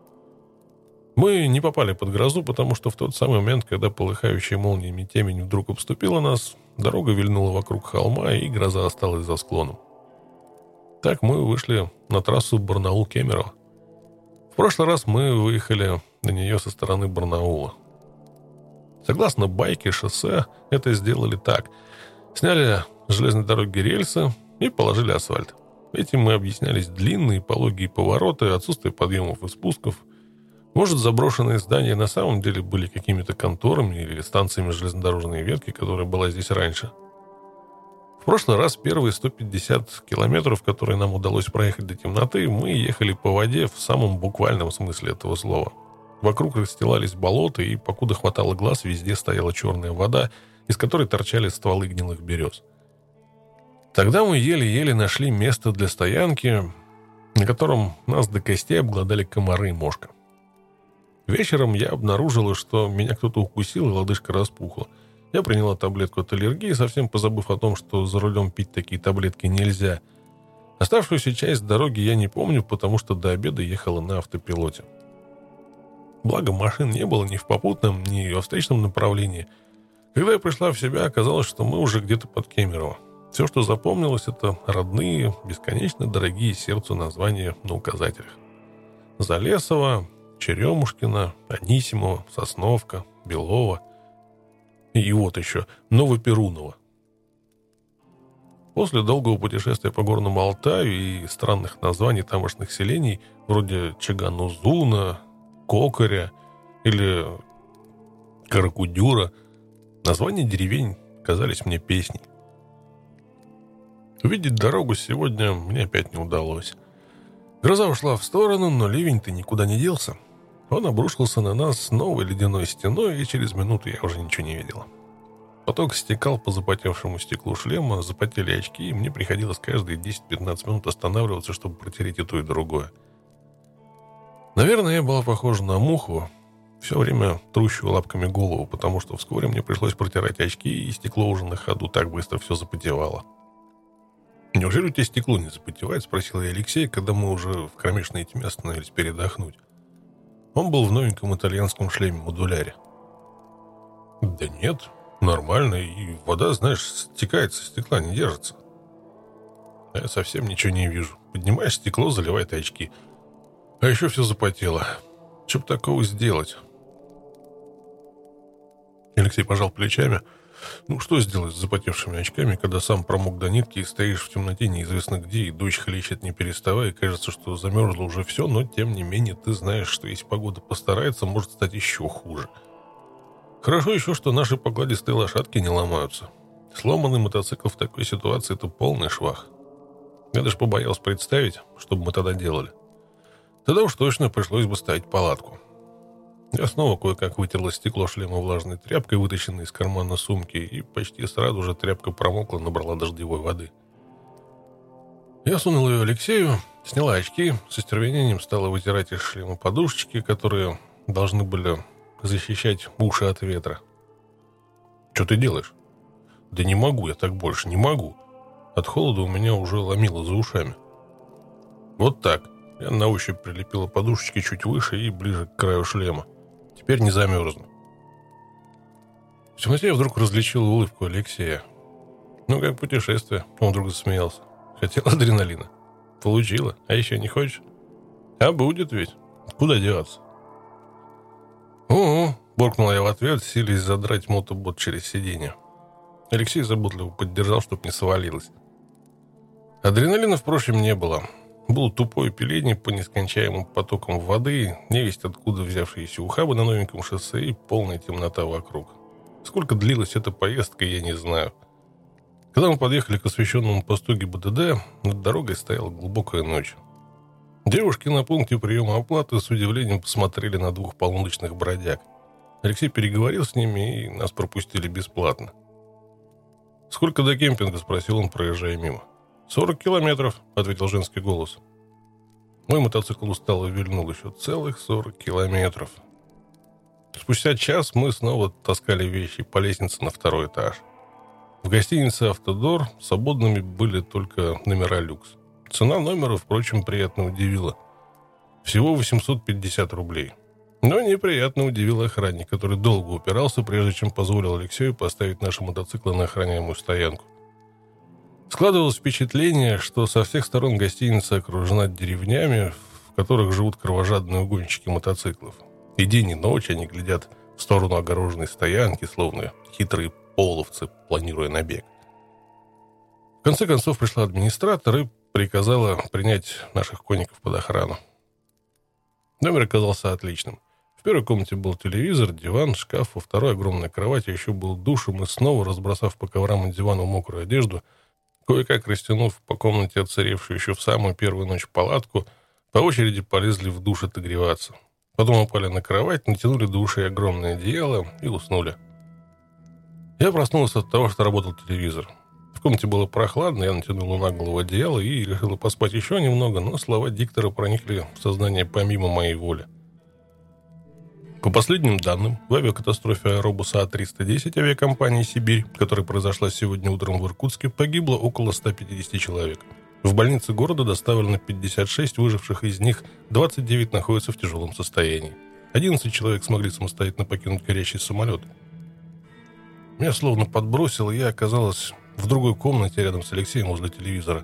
Мы не попали под грозу, потому что в тот самый момент, когда полыхающая молниями темень вдруг обступила нас, дорога вильнула вокруг холма, и гроза осталась за склоном. Так мы вышли на трассу Барнаул-Кемерово. В прошлый раз мы выехали на нее со стороны Барнаула. Согласно байке, шоссе это сделали так. Сняли с железной дороги рельсы и положили асфальт. Этим мы объяснялись длинные пологие повороты, отсутствие подъемов и спусков. Может, заброшенные здания на самом деле были какими-то конторами или станциями железнодорожной ветки, которая была здесь раньше. В прошлый раз первые 150 километров, которые нам удалось проехать до темноты, мы ехали по воде в самом буквальном смысле этого слова. Вокруг расстилались болота, и, покуда хватало глаз, везде стояла черная вода, из которой торчали стволы гнилых берез. Тогда мы еле-еле нашли место для стоянки, на котором нас до костей обглодали комары и мошка. Вечером я обнаружила, что меня кто-то укусил, и лодыжка распухла. Я приняла таблетку от аллергии, совсем позабыв о том, что за рулем пить такие таблетки нельзя. Оставшуюся часть дороги я не помню, потому что до обеда ехала на автопилоте. Благо, машин не было ни в попутном, ни во встречном направлении. Когда я пришла в себя, оказалось, что мы уже где-то под Кемерово. Все, что запомнилось, это родные, бесконечно дорогие сердцу названия на указателях. Залесово, Черемушкина, Анисимова, Сосновка, Белова и вот еще Новоперуново. После долгого путешествия по горному Алтаю и странных названий тамошних селений, вроде Чаганузуна, Кокоря или Каракудюра, названия деревень казались мне песней. Увидеть дорогу сегодня мне опять не удалось. Гроза ушла в сторону, но ливень-то никуда не делся. Он обрушился на нас с новой ледяной стеной, и через минуту я уже ничего не видела. Поток стекал по запотевшему стеклу шлема, запотели очки, и мне приходилось каждые 10-15 минут останавливаться, чтобы протереть и то, и другое. Наверное, я была похожа на муху. все время трущую лапками голову, потому что вскоре мне пришлось протирать очки, и стекло уже на ходу так быстро все запотевало. «Неужели у тебя стекло не запотевает?» — спросил я Алексея, когда мы уже в кромешной тьме остановились передохнуть. Он был в новеньком итальянском шлеме-модуляре. «Да нет, нормально, и вода, знаешь, стекает со стекла, не держится». Я совсем ничего не вижу. Поднимаешь стекло, заливает очки. А еще все запотело. Что бы такого сделать? Алексей пожал плечами. Ну, что сделать с запотевшими очками, когда сам промок до нитки и стоишь в темноте неизвестно где, и дождь хлещет не переставая, и кажется, что замерзло уже все, но, тем не менее, ты знаешь, что если погода постарается, может стать еще хуже. Хорошо еще, что наши покладистые лошадки не ломаются. Сломанный мотоцикл в такой ситуации — это полный швах. Я даже побоялся представить, что бы мы тогда делали. Тогда уж точно пришлось бы ставить палатку. Я снова кое-как вытерла стекло шлема влажной тряпкой, вытащенной из кармана сумки, и почти сразу же тряпка промокла, набрала дождевой воды. Я сунул ее Алексею, сняла очки, с остервенением стала вытирать из шлема подушечки, которые должны были защищать уши от ветра. «Что ты делаешь?» «Да не могу я так больше, не могу». От холода у меня уже ломило за ушами. «Вот так». Я на ощупь прилепила подушечки чуть выше и ближе к краю шлема. Теперь не замерзну. В темноте я вдруг различил улыбку Алексея. «Ну, как путешествие?» Он вдруг засмеялся. «Хотела адреналина?» «Получила. А еще не хочешь?» «А будет ведь. Куда деваться?» «Угу», — буркнул я в ответ, силясь задрать мотобот через сиденье. Алексей заботливо поддержал, чтоб не свалилось. Адреналина, впрочем, не было. Был тупой пелени по нескончаемым потокам воды, невесть откуда взявшиеся ухабы на новеньком шоссе и полная темнота вокруг. Сколько длилась эта поездка, я не знаю. Когда мы подъехали к освещенному посту ГИБДД, над дорогой стояла глубокая ночь. Девушки на пункте приема оплаты с удивлением посмотрели на двух полуночных бродяг. Алексей переговорил с ними, и нас пропустили бесплатно. «Сколько до кемпинга?» — спросил он, проезжая мимо. 40 километров», — ответил женский голос. Мой мотоцикл устало вильнул еще целых 40 километров. Спустя час мы снова таскали вещи по лестнице на второй этаж. В гостинице «Автодор» свободными были только номера люкс. Цена номера, впрочем, приятно удивила. Всего 850 рублей. Но неприятно удивил охранник, который долго упирался, прежде чем позволил Алексею поставить наши мотоциклы на охраняемую стоянку. Складывалось впечатление, что со всех сторон гостиница окружена деревнями, в которых живут кровожадные угонщики мотоциклов. И день, и ночь они глядят в сторону огороженной стоянки, словно хитрые половцы, планируя набег. В конце концов пришла администратор и приказала принять наших конников под охрану. Номер оказался отличным. В первой комнате был телевизор, диван, шкаф, во второй огромная кровать, а еще был душ, и мы снова, разбросав по коврам и дивану мокрую одежду, кое-как растянув по комнате отсыревшую еще в самую первую ночь палатку, по очереди полезли в душ отогреваться. Потом упали на кровать, натянули до ушей огромное одеяло и уснули. Я проснулся от того, что работал телевизор. В комнате было прохладно, я натянул на голову одеяло и решил поспать еще немного, но слова диктора проникли в сознание помимо моей воли. По последним данным, в авиакатастрофе аэробуса А-310 авиакомпании «Сибирь», которая произошла сегодня утром в Иркутске, погибло около 150 человек. В больницы города доставлено 56 выживших, из них 29 находятся в тяжелом состоянии. 11 человек смогли самостоятельно покинуть горящий самолет. Меня словно подбросило, и я оказалась в другой комнате рядом с Алексеем возле телевизора.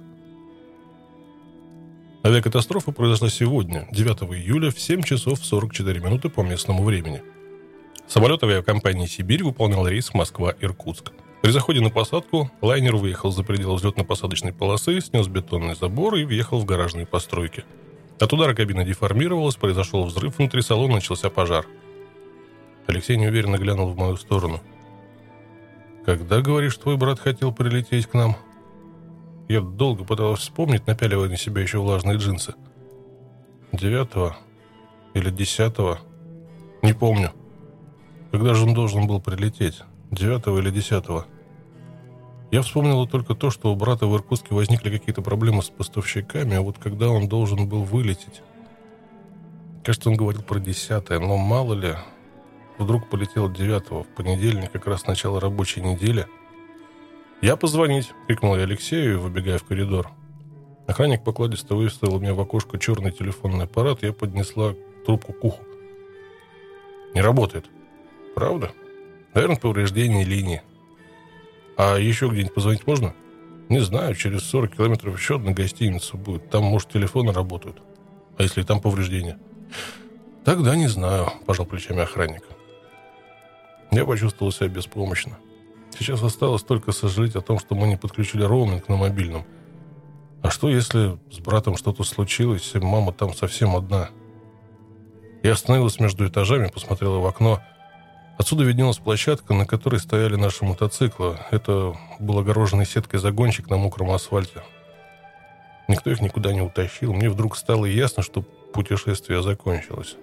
Авиакатастрофа произошла сегодня, 9 июля, в 7 часов 44 минуты по местному времени. Самолет авиакомпании «Сибирь» выполнял рейс Москва-Иркутск. При заходе на посадку лайнер выехал за пределы взлетно-посадочной полосы, снес бетонный забор и въехал в гаражные постройки. От удара кабина деформировалась, произошел взрыв, внутри салона начался пожар. Алексей неуверенно глянул в мою сторону. «Когда, говоришь, твой брат хотел прилететь к нам?» Я долго пыталась вспомнить, напяливая на себя еще влажные джинсы. 9 или 10? Не помню. Когда же он должен был прилететь? 9 или 10? Я вспомнила только то, что у брата в Иркутске возникли какие-то проблемы с поставщиками, а вот когда он должен был вылететь... Кажется, он говорил про 10, но мало ли... вдруг полетел 9-го, в понедельник, как раз начало рабочей недели. «Я позвонить!» — крикнул я Алексею, выбегая в коридор. Охранник покладисто выставил мне в окошко черный телефонный аппарат, я поднесла трубку к уху. «Не работает». «Правда?» «Наверное, повреждение линии». «А еще где-нибудь позвонить можно?» «Не знаю, через 40 километров еще одна гостиница будет. Там, может, телефоны работают. А если там повреждения?» «Тогда не знаю», — пожал плечами охранник. Я почувствовал себя беспомощно. Сейчас осталось только сожалеть о том, что мы не подключили роуминг на мобильном. А что, если с братом что-то случилось, и мама там совсем одна? Я остановилась между этажами, посмотрела в окно. Отсюда виднелась площадка, на которой стояли наши мотоциклы. Это был огороженный сеткой загончик на мокром асфальте. Никто их никуда не утащил. Мне вдруг стало ясно, что путешествие закончилось.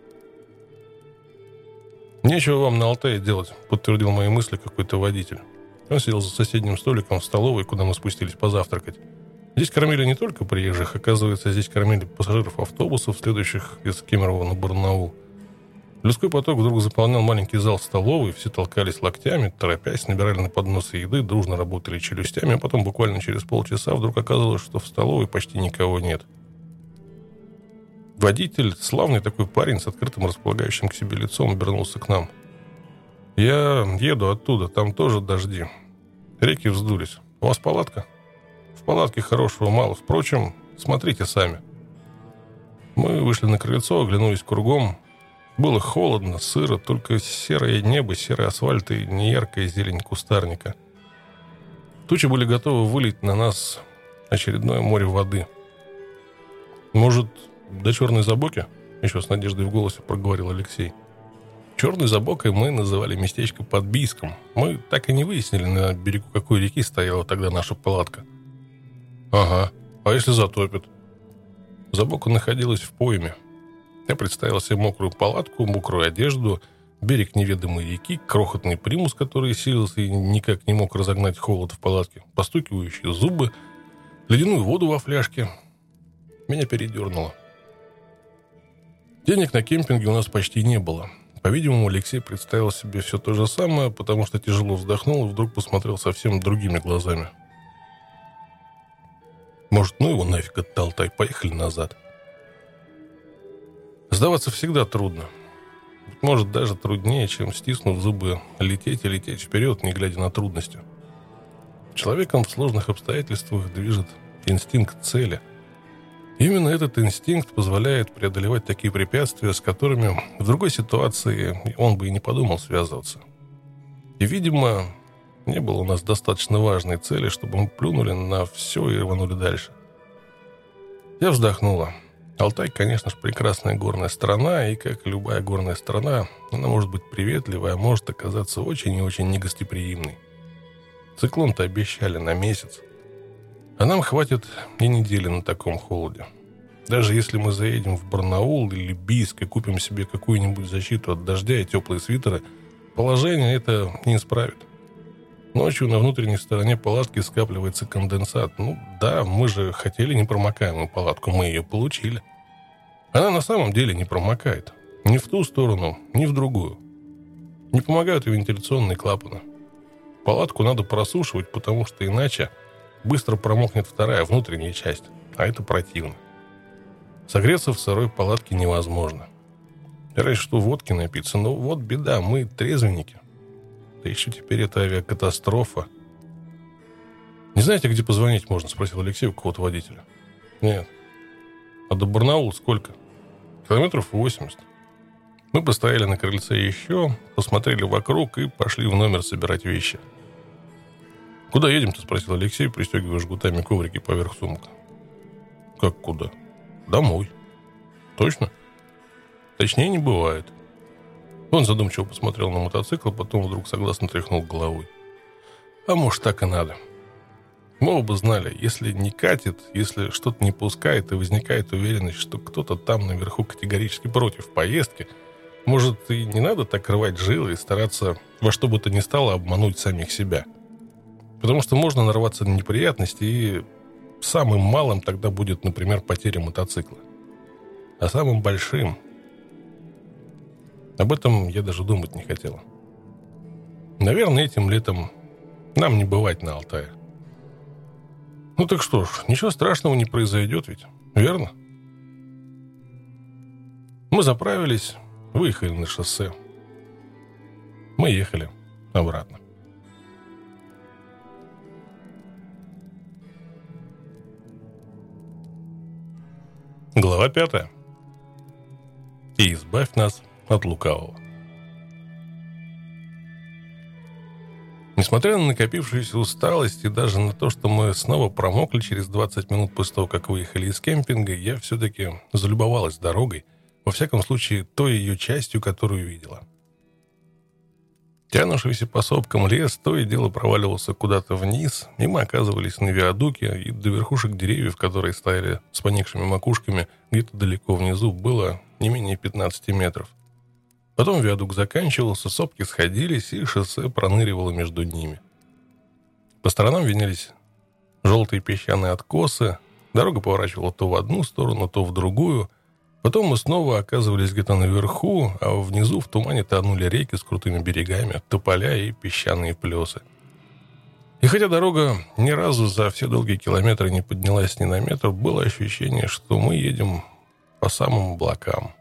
«Нечего вам на Алтае делать», — подтвердил мои мысли какой-то водитель. Он сидел за соседним столиком в столовой, куда мы спустились позавтракать. Здесь кормили не только приезжих, оказывается, здесь кормили пассажиров автобусов, следующих из Кемерово на Барнаул. Людской поток вдруг заполнял маленький зал столовой, все толкались локтями, торопясь, набирали на подносы еды, дружно работали челюстями, а потом буквально через полчаса вдруг оказалось, что в столовой почти никого нет. Водитель, славный такой парень с открытым располагающим к себе лицом, обернулся к нам. «Я еду оттуда, там тоже дожди. Реки вздулись. У вас палатка?» «В палатке хорошего мало. Впрочем, смотрите сами». Мы вышли на крыльцо, оглянулись кругом. Было холодно, сыро, только серое небо, серый асфальт и неяркая зелень кустарника. Тучи были готовы вылить на нас очередное море воды. «Может, до Черной Забоки?» — еще с надеждой в голосе проговорил Алексей. Черной Забокой мы называли местечко под Бийском. Мы так и не выяснили, на берегу какой реки стояла тогда наша палатка. «Ага, а если затопит?» Забока находилась в пойме. Я представил себе мокрую палатку, мокрую одежду, берег неведомой реки, крохотный примус, который силился и никак не мог разогнать холод в палатке, постукивающие зубы, ледяную воду во фляжке. Меня передернуло. Денег на кемпинге у нас почти не было. По-видимому, Алексей представил себе все то же самое, потому что тяжело вздохнул и вдруг посмотрел совсем другими глазами. «Может, ну его нафиг этот Алтай, поехали назад». Сдаваться всегда трудно. Может, даже труднее, чем, стиснув зубы, лететь и лететь вперед, не глядя на трудности. Человеком в сложных обстоятельствах движет инстинкт цели. Именно этот инстинкт позволяет преодолевать такие препятствия, с которыми в другой ситуации он бы и не подумал связываться. И, видимо, не было у нас достаточно важной цели, чтобы мы плюнули на все и рванули дальше. Я вздохнула. Алтай, конечно же, прекрасная горная страна, и, как любая горная страна, она может быть приветливой, а может оказаться очень и очень негостеприимной. Циклон-то обещали на месяц. А нам хватит и недели на таком холоде. Даже если мы заедем в Барнаул или Бийск и купим себе какую-нибудь защиту от дождя и теплые свитеры, положение это не исправит. Ночью на внутренней стороне палатки скапливается конденсат. Ну да, мы же хотели непромокаемую палатку, мы ее получили. Она на самом деле не промокает. Ни в ту сторону, ни в другую. Не помогают и вентиляционные клапаны. Палатку надо просушивать, потому что иначе быстро промокнет вторая, внутренняя часть. А это противно. Согреться в сырой палатке невозможно. Разве что водки напиться. Но вот беда, мы трезвенники. Да еще теперь это авиакатастрофа. «Не знаете, где позвонить можно?» — спросил Алексей у какого-то водителя. «Нет». «А до Барнаула сколько?» «Километров 80. Мы постояли на крыльце еще, посмотрели вокруг и пошли в номер собирать вещи. «Куда едем-то?» — спросил Алексей, пристегивая жгутами коврики поверх сумок. «Как куда?» «Домой». «Точно?» «Точнее не бывает». Он задумчиво посмотрел на мотоцикл, потом вдруг согласно тряхнул головой. «А может, так и надо. Мы оба знали, если не катит, если что-то не пускает и возникает уверенность, что кто-то там наверху категорически против поездки, может, и не надо так рвать жилы и стараться во что бы то ни стало обмануть самих себя. Потому что можно нарваться на неприятности, и самым малым тогда будет, например, потеря мотоцикла. А самым большим... Об этом я даже думать не хотел. Наверное, этим летом нам не бывать на Алтае. Ну так что ж, ничего страшного не произойдет ведь, верно? Мы заправились, выехали на шоссе. Мы ехали обратно. Глава 5. И избавь нас от лукавого. Несмотря на накопившуюся усталость и даже на то, что мы снова промокли через 20 минут после того, как выехали из кемпинга, я все-таки залюбовалась дорогой, во всяком случае, той ее частью, которую видела. Тянувшийся по сопкам лес то и дело проваливался куда-то вниз, и мы оказывались на виадуке, и до верхушек деревьев, которые стояли с поникшими макушками где-то далеко внизу, было не менее 15 метров. Потом виадук заканчивался, сопки сходились, и шоссе проныривало между ними. По сторонам виднелись желтые песчаные откосы, дорога поворачивала то в одну сторону, то в другую. Потом мы снова оказывались где-то наверху, а внизу в тумане тонули реки с крутыми берегами, тополя и песчаные плесы. И хотя дорога ни разу за все долгие километры не поднялась ни на метр, было ощущение, что мы едем по самым облакам.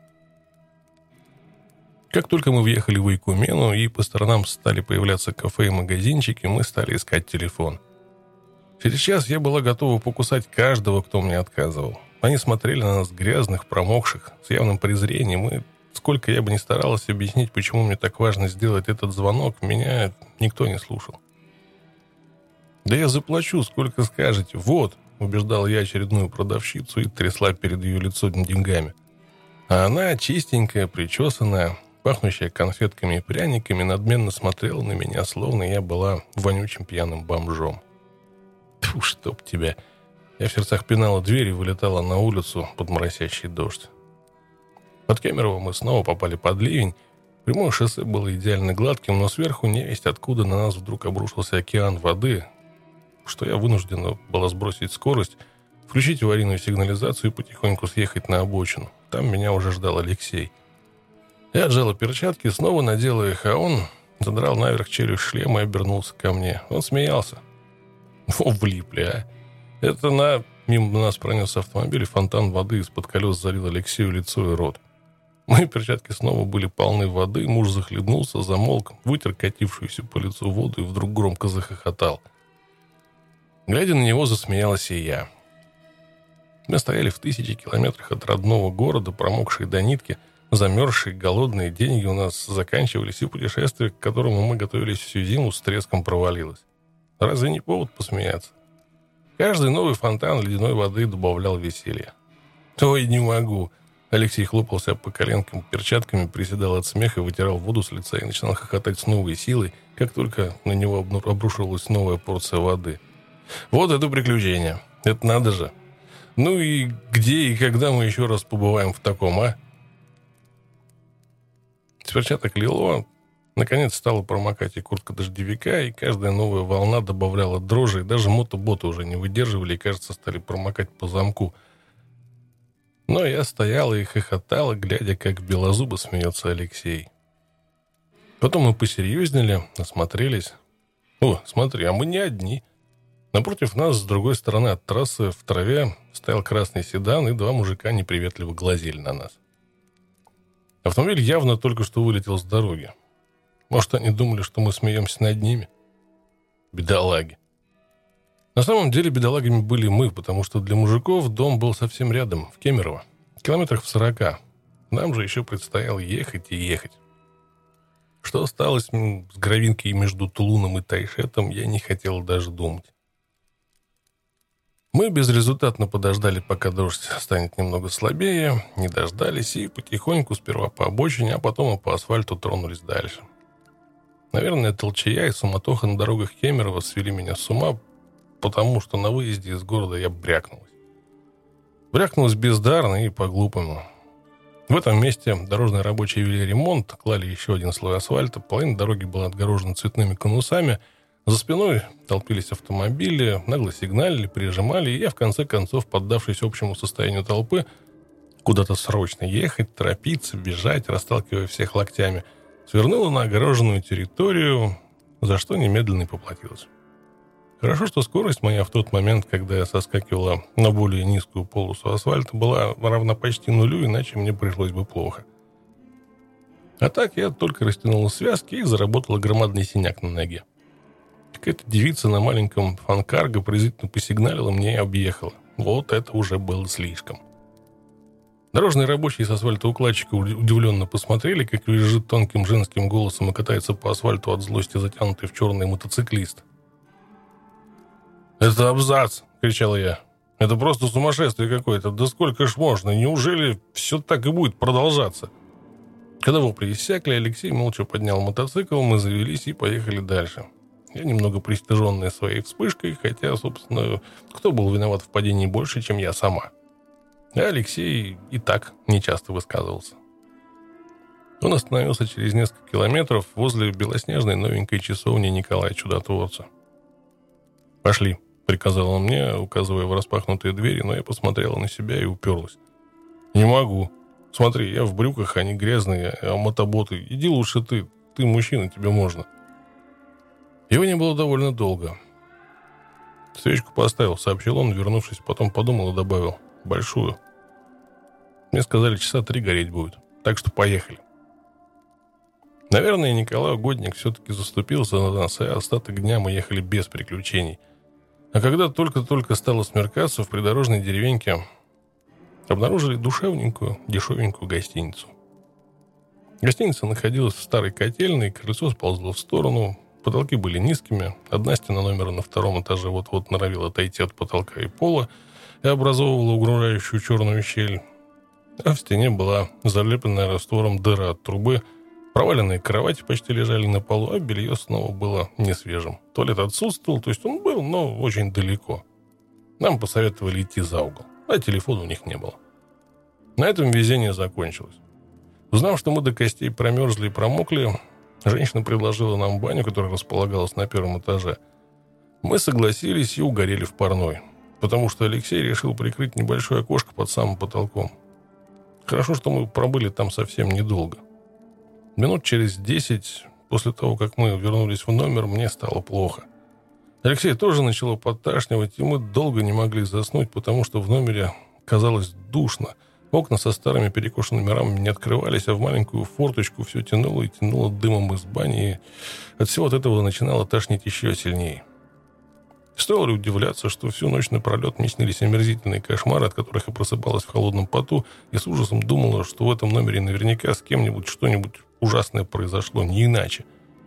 Как только мы въехали в Ойкумену и по сторонам стали появляться кафе и магазинчики, мы стали искать телефон. Через час я была готова покусать каждого, кто мне отказывал. Они смотрели на нас грязных, промокших, с явным презрением, и сколько я бы ни старалась объяснить, почему мне так важно сделать этот звонок, меня никто не слушал. «Да я заплачу, сколько скажете. Вот», — убеждал я очередную продавщицу и трясла перед ее лицом деньгами. А она, чистенькая, причесанная, пахнущая конфетками и пряниками, надменно смотрела на меня, словно я была вонючим пьяным бомжом. Тьфу, чтоб тебя! Я в сердцах пинала дверь и вылетала на улицу под моросящий дождь. Под Кемерово мы снова попали под ливень. Прямое шоссе было идеально гладким, но сверху невесть откуда на нас вдруг обрушился океан воды, что я вынуждена была сбросить скорость, включить аварийную сигнализацию и потихоньку съехать на обочину. Там меня уже ждал Алексей. Я отжала перчатки, снова надела их, а он задрал наверх челюсть шлема и обернулся ко мне. Он смеялся. О, влипли, а! Это мимо нас пронесся автомобиль, и фонтан воды из-под колес залил Алексею лицо и рот. Мои перчатки снова были полны воды, муж захлебнулся, замолк, вытер катившуюся по лицу воду и вдруг громко захохотал. Глядя на него, засмеялась и я. Мы стояли в 1000 километрах от родного города, промокшие до нитки, замерзшие, голодные, деньги у нас заканчивались, и путешествие, к которому мы готовились всю зиму, с треском провалилось. Разве не повод посмеяться? Каждый новый фонтан ледяной воды добавлял веселья. «Ой, не могу!» Алексей хлопался по коленкам перчатками, приседал от смеха, вытирал воду с лица и начинал хохотать с новой силой, как только на него обрушивалась новая порция воды. «Вот это приключение! Это надо же! Ну и где и когда мы еще раз побываем в таком, а?» С перчаток лило. Наконец стала промокать и куртка дождевика, и каждая новая волна добавляла дрожи, и даже мотоботы уже не выдерживали и, кажется, стали промокать по замку. Но я стояла и хохотала, глядя, как белозубо смеется Алексей. Потом мы посерьезнели, осмотрелись. О, смотри, а мы не одни. Напротив нас, с другой стороны от трассы, в траве стоял красный седан, и 2 мужика неприветливо глазели на нас. Автомобиль явно только что вылетел с дороги. Может, они думали, что мы смеемся над ними? Бедолаги. На самом деле бедолагами были мы, потому что для мужиков дом был совсем рядом, в Кемерово, километрах в 40. Нам же еще предстояло ехать и ехать. Что осталось с Гравинкой между Тулуном и Тайшетом, я не хотел даже думать. Мы безрезультатно подождали, пока дождь станет немного слабее, не дождались и потихоньку, сперва по обочине, а потом и по асфальту тронулись дальше. Наверное, толчая и суматоха на дорогах Кемерово свели меня с ума, потому что на выезде из города я брякнулась. Брякнулась бездарно и по-глупому. В этом месте дорожные рабочие вели ремонт, клали еще один слой асфальта, половина дороги была отгорожена цветными конусами, за спиной толпились автомобили, нагло сигналили, прижимали, и я, в конце концов, поддавшись общему состоянию толпы, куда-то срочно ехать, торопиться, бежать, расталкивая всех локтями, свернула на огороженную территорию, за что немедленно и поплатилась. Хорошо, что скорость моя в тот момент, когда я соскакивала на более низкую полосу асфальта, была равна почти нулю, иначе мне пришлось бы плохо. А так я только растянул связки и заработала громадный синяк на ноге. Какая-то девица на маленьком фанкарго презрительно посигналила мне и объехала. Вот это уже было слишком. Дорожные рабочие с асфальтоукладчика удивленно посмотрели, как визжит тонким женским голосом и катается по асфальту от злости затянутый в черный мотоциклист. «Это абзац!» — кричал я. «Это просто сумасшествие какое-то! Да сколько ж можно? Неужели все так и будет продолжаться?» Когда вопли иссякли, Алексей молча поднял мотоцикл, мы завелись и поехали дальше. Я немного пристыженная своей вспышкой, хотя, собственно, кто был виноват в падении больше, чем я сама. А Алексей и так нечасто высказывался. Он остановился через несколько километров возле белоснежной новенькой часовни Николая Чудотворца. «Пошли», — приказал он мне, указывая в распахнутые двери, но я посмотрела на себя и уперлась. «Не могу. Смотри, я в брюках, они грязные, а мотоботы. Иди лучше ты мужчина, тебе можно». Его не было довольно долго. «Свечку поставил», — сообщил он, вернувшись, потом подумал и добавил. «Большую. Мне сказали, часа 3 гореть будет. Так что поехали». Наверное, Николай Угодник все-таки заступился на нас, и остаток дня мы ехали без приключений. А когда только-только стало смеркаться, в придорожной деревеньке обнаружили душевненькую, дешевенькую гостиницу. Гостиница находилась в старой котельной, крыльцо сползло в сторону, потолки были низкими, одна стена номера на 2-м этаже вот-вот норовила отойти от потолка и пола и образовывала угрожающую черную щель, а в стене была залепленная раствором дыра от трубы. Проваленные кровати почти лежали на полу, а белье снова было несвежим. Туалет отсутствовал, то есть он был, но очень далеко. Нам посоветовали идти за угол, а телефона у них не было. На этом везение закончилось. Узнав, что мы до костей промерзли и промокли, женщина предложила нам баню, которая располагалась на 1-м этаже. Мы согласились и угорели в парной, потому что Алексей решил прикрыть небольшое окошко под самым потолком. Хорошо, что мы пробыли там совсем недолго. Минут через 10 после того, как мы вернулись в номер, мне стало плохо. Алексей тоже начало подташнивать, и мы долго не могли заснуть, потому что в номере казалось душно. Окна со старыми перекошенными рамами не открывались, а в маленькую форточку все тянуло и тянуло дымом из бани, и от всего от этого начинало тошнить еще сильнее. Стоило ли удивляться, что всю ночь напролет мне снились омерзительные кошмары, от которых я просыпалась в холодном поту, и с ужасом думала, что в этом номере наверняка с кем-нибудь что-нибудь ужасное произошло, не иначе.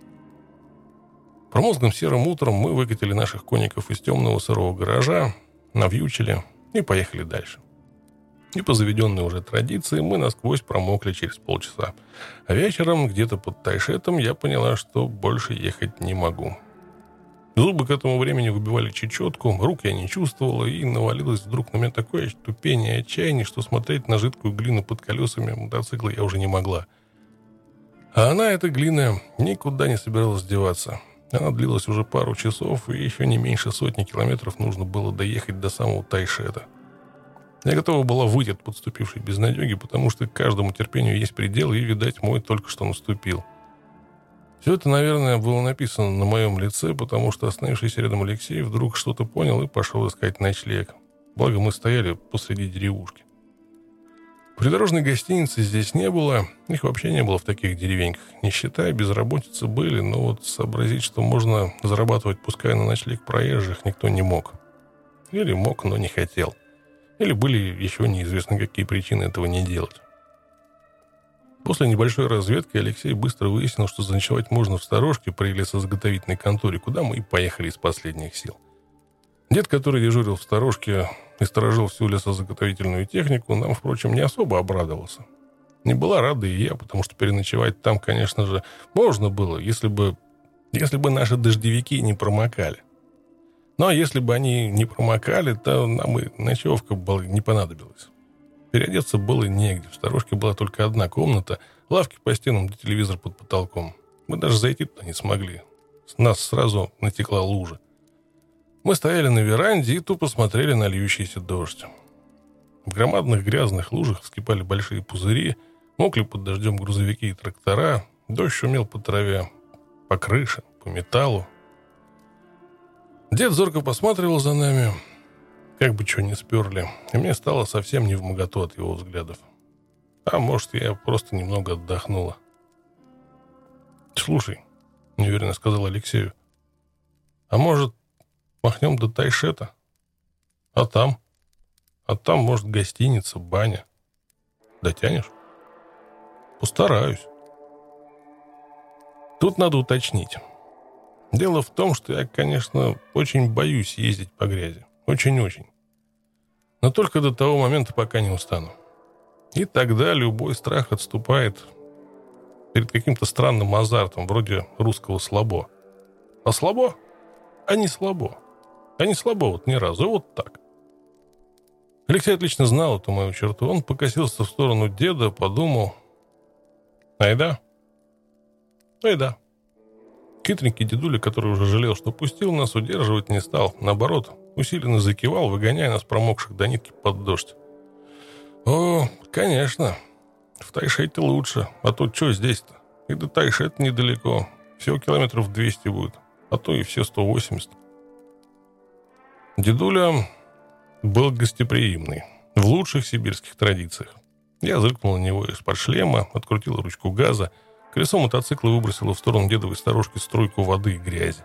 Промозглым серым утром мы выкатили наших конников из темного сырого гаража, навьючили и поехали дальше. И по заведенной уже традиции мы насквозь промокли через полчаса. А вечером, где-то под Тайшетом, я поняла, что больше ехать не могу. Зубы к этому времени выбивали чечетку, рук я не чувствовала, и навалилось вдруг на меня такое тупение и отчаяние, что смотреть на жидкую глину под колесами мотоцикла я уже не могла. А она, эта глина, никуда не собиралась деваться. Она длилась уже пару часов, и еще не меньше 100 километров нужно было доехать до самого Тайшета. Я готова была выйти от подступившей безнадеги, потому что каждому терпению есть предел, и, видать, мой только что наступил. Все это, наверное, было написано на моем лице, потому что остановившийся рядом Алексей вдруг что-то понял и пошел искать ночлег. Благо, мы стояли посреди деревушки. Придорожной гостиницы здесь не было, их вообще не было в таких деревеньках. Нищета и безработица были, но вот сообразить, что можно зарабатывать, пускай на ночлег проезжих, никто не мог. Или мог, но не хотел. Или были еще неизвестно какие причины этого не делать. После небольшой разведки Алексей быстро выяснил, что заночевать можно в сторожке при лесозаготовительной конторе, куда мы и поехали из последних сил. Дед, который дежурил в сторожке и сторожил всю лесозаготовительную технику, нам, впрочем, не особо обрадовался. Не была рада и я, потому что переночевать там, конечно же, можно было, если бы наши дождевики не промокали. Но если бы они не промокали, то нам и ночевка не понадобилась. Переодеться было негде. В сторожке была только одна комната, лавки по стенам да телевизор под потолком. Мы даже зайти туда не смогли. С нас сразу натекла лужа. Мы стояли на веранде и тупо смотрели на льющийся дождь. В громадных грязных лужах вскипали большие пузыри, мокли под дождем грузовики и трактора, дождь шумел по траве, по крыше, по металлу. Дед зорко посматривал за нами, как бы что ни сперли, и мне стало совсем невмоготу от его взглядов. А может, я просто немного отдохнула. «Слушай», — неуверенно сказал Алексею, «а может, махнем до Тайшета? А там? А там, может, гостиница, баня. Дотянешь?» «Постараюсь». Тут надо уточнить. Дело в том, что я, конечно, очень боюсь ездить по грязи. Очень-очень. Но только до того момента, пока не устану. И тогда любой страх отступает перед каким-то странным азартом, вроде русского слабо. А слабо? А не слабо. А не слабо вот ни разу. Вот так. Алексей отлично знал эту мою черту. Он покосился в сторону деда, подумал. Айда? Айда. Хитренький дедуля, который уже жалел, что пустил нас, удерживать не стал. Наоборот, усиленно закивал, выгоняя нас, промокших до нитки, под дождь. «О, конечно. В Тайшете лучше. А тут что здесь-то? И до Тайшета недалеко. Всего километров 200 будет. А то и все 180. Дедуля был гостеприимный. В лучших сибирских традициях. Я зыркнул на него из-под шлема, открутил ручку газа. Колесо мотоцикла выбросило в сторону дедовой сторожки струйку воды и грязи.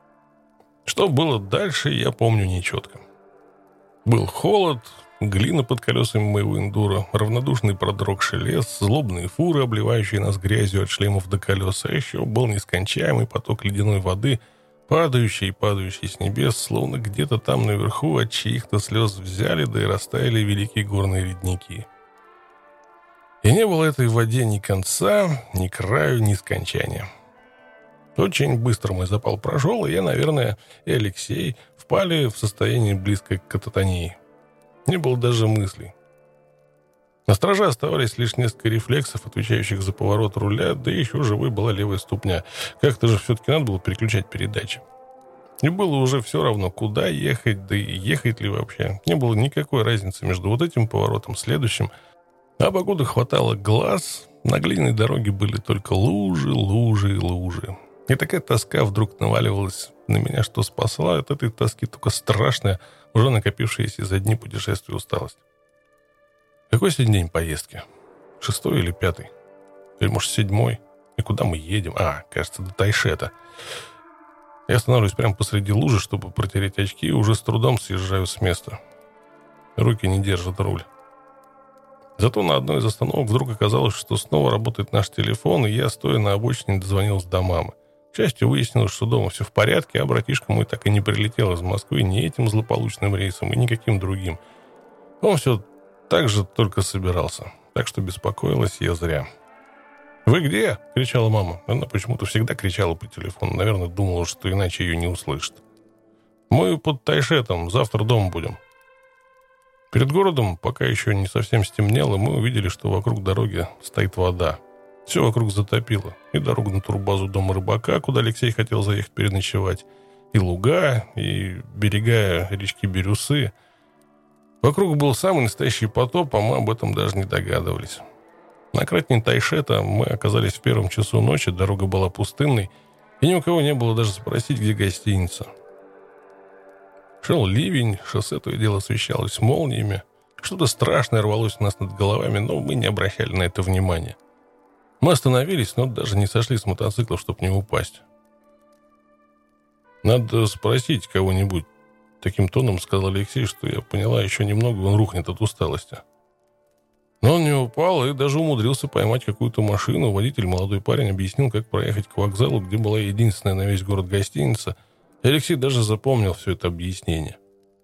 Что было дальше, я помню нечетко. Был холод, глина под колесами моего эндуро, равнодушный продрогший лес, злобные фуры, обливающие нас грязью от шлемов до колес, а еще был нескончаемый поток ледяной воды, падающий и падающий с небес, словно где-то там наверху от чьих-то слез взяли, да и растаяли великие горные ледники. И не было этой в воде ни конца, ни краю, ни скончания. Очень быстро мой запал прошел, и я, наверное, и Алексей впали в состояние близкое к кататонии. Не было даже мыслей. На страже оставались лишь несколько рефлексов, отвечающих за поворот руля, да и еще живой была левая ступня. Как-то же все-таки надо было переключать передачи. И было уже все равно, куда ехать, да и ехать ли вообще. Не было никакой разницы между вот этим поворотом, следующим. А погоды хватало глаз, на глиняной дороге были только лужи, лужи и лужи. И такая тоска вдруг наваливалась на меня, что спасла от этой тоски только страшная, уже накопившаяся за дни путешествия усталость. Какой сегодня день поездки? 6-й или 5-й? Или, может, 7-й? И куда мы едем? Кажется, до Тайшета. Я останавливаюсь прямо посреди лужи, чтобы протереть очки, и уже с трудом съезжаю с места. Руки не держат руль. Зато на одной из остановок вдруг оказалось, что снова работает наш телефон, и я, стоя на обочине, дозвонился до мамы. К счастью, выяснилось, что дома все в порядке, а братишка мой так и не прилетел из Москвы ни этим злополучным рейсом, и никаким другим. Он все так же только собирался, так что беспокоилась я зря. «Вы где?» — кричала мама. Она почему-то всегда кричала по телефону, наверное, думала, что иначе ее не услышат. «Мы под Тайшетом, завтра дома будем». Перед городом, пока еще не совсем стемнело, мы увидели, что вокруг дороги стоит вода. Все вокруг затопило. И дорогу на турбазу дома рыбака, куда Алексей хотел заехать переночевать, и луга, и берега речки Бирюсы. Вокруг был самый настоящий потоп, а мы об этом даже не догадывались. На окраине Тайшета мы оказались в 1 часу ночи, дорога была пустынной, и ни у кого не было даже спросить, где гостиница. Шел ливень, шоссе то и дело освещалось молниями. Что-то страшное рвалось у нас над головами, но мы не обращали на это внимания. Мы остановились, но даже не сошли с мотоцикла, чтобы не упасть. «Надо спросить кого-нибудь», — таким тоном сказал Алексей, что я поняла, еще немного он рухнет от усталости. Но он не упал и даже умудрился поймать какую-то машину. Водитель, молодой парень, объяснил, как проехать к вокзалу, где была единственная на весь город гостиница. И Алексей даже запомнил все это объяснение.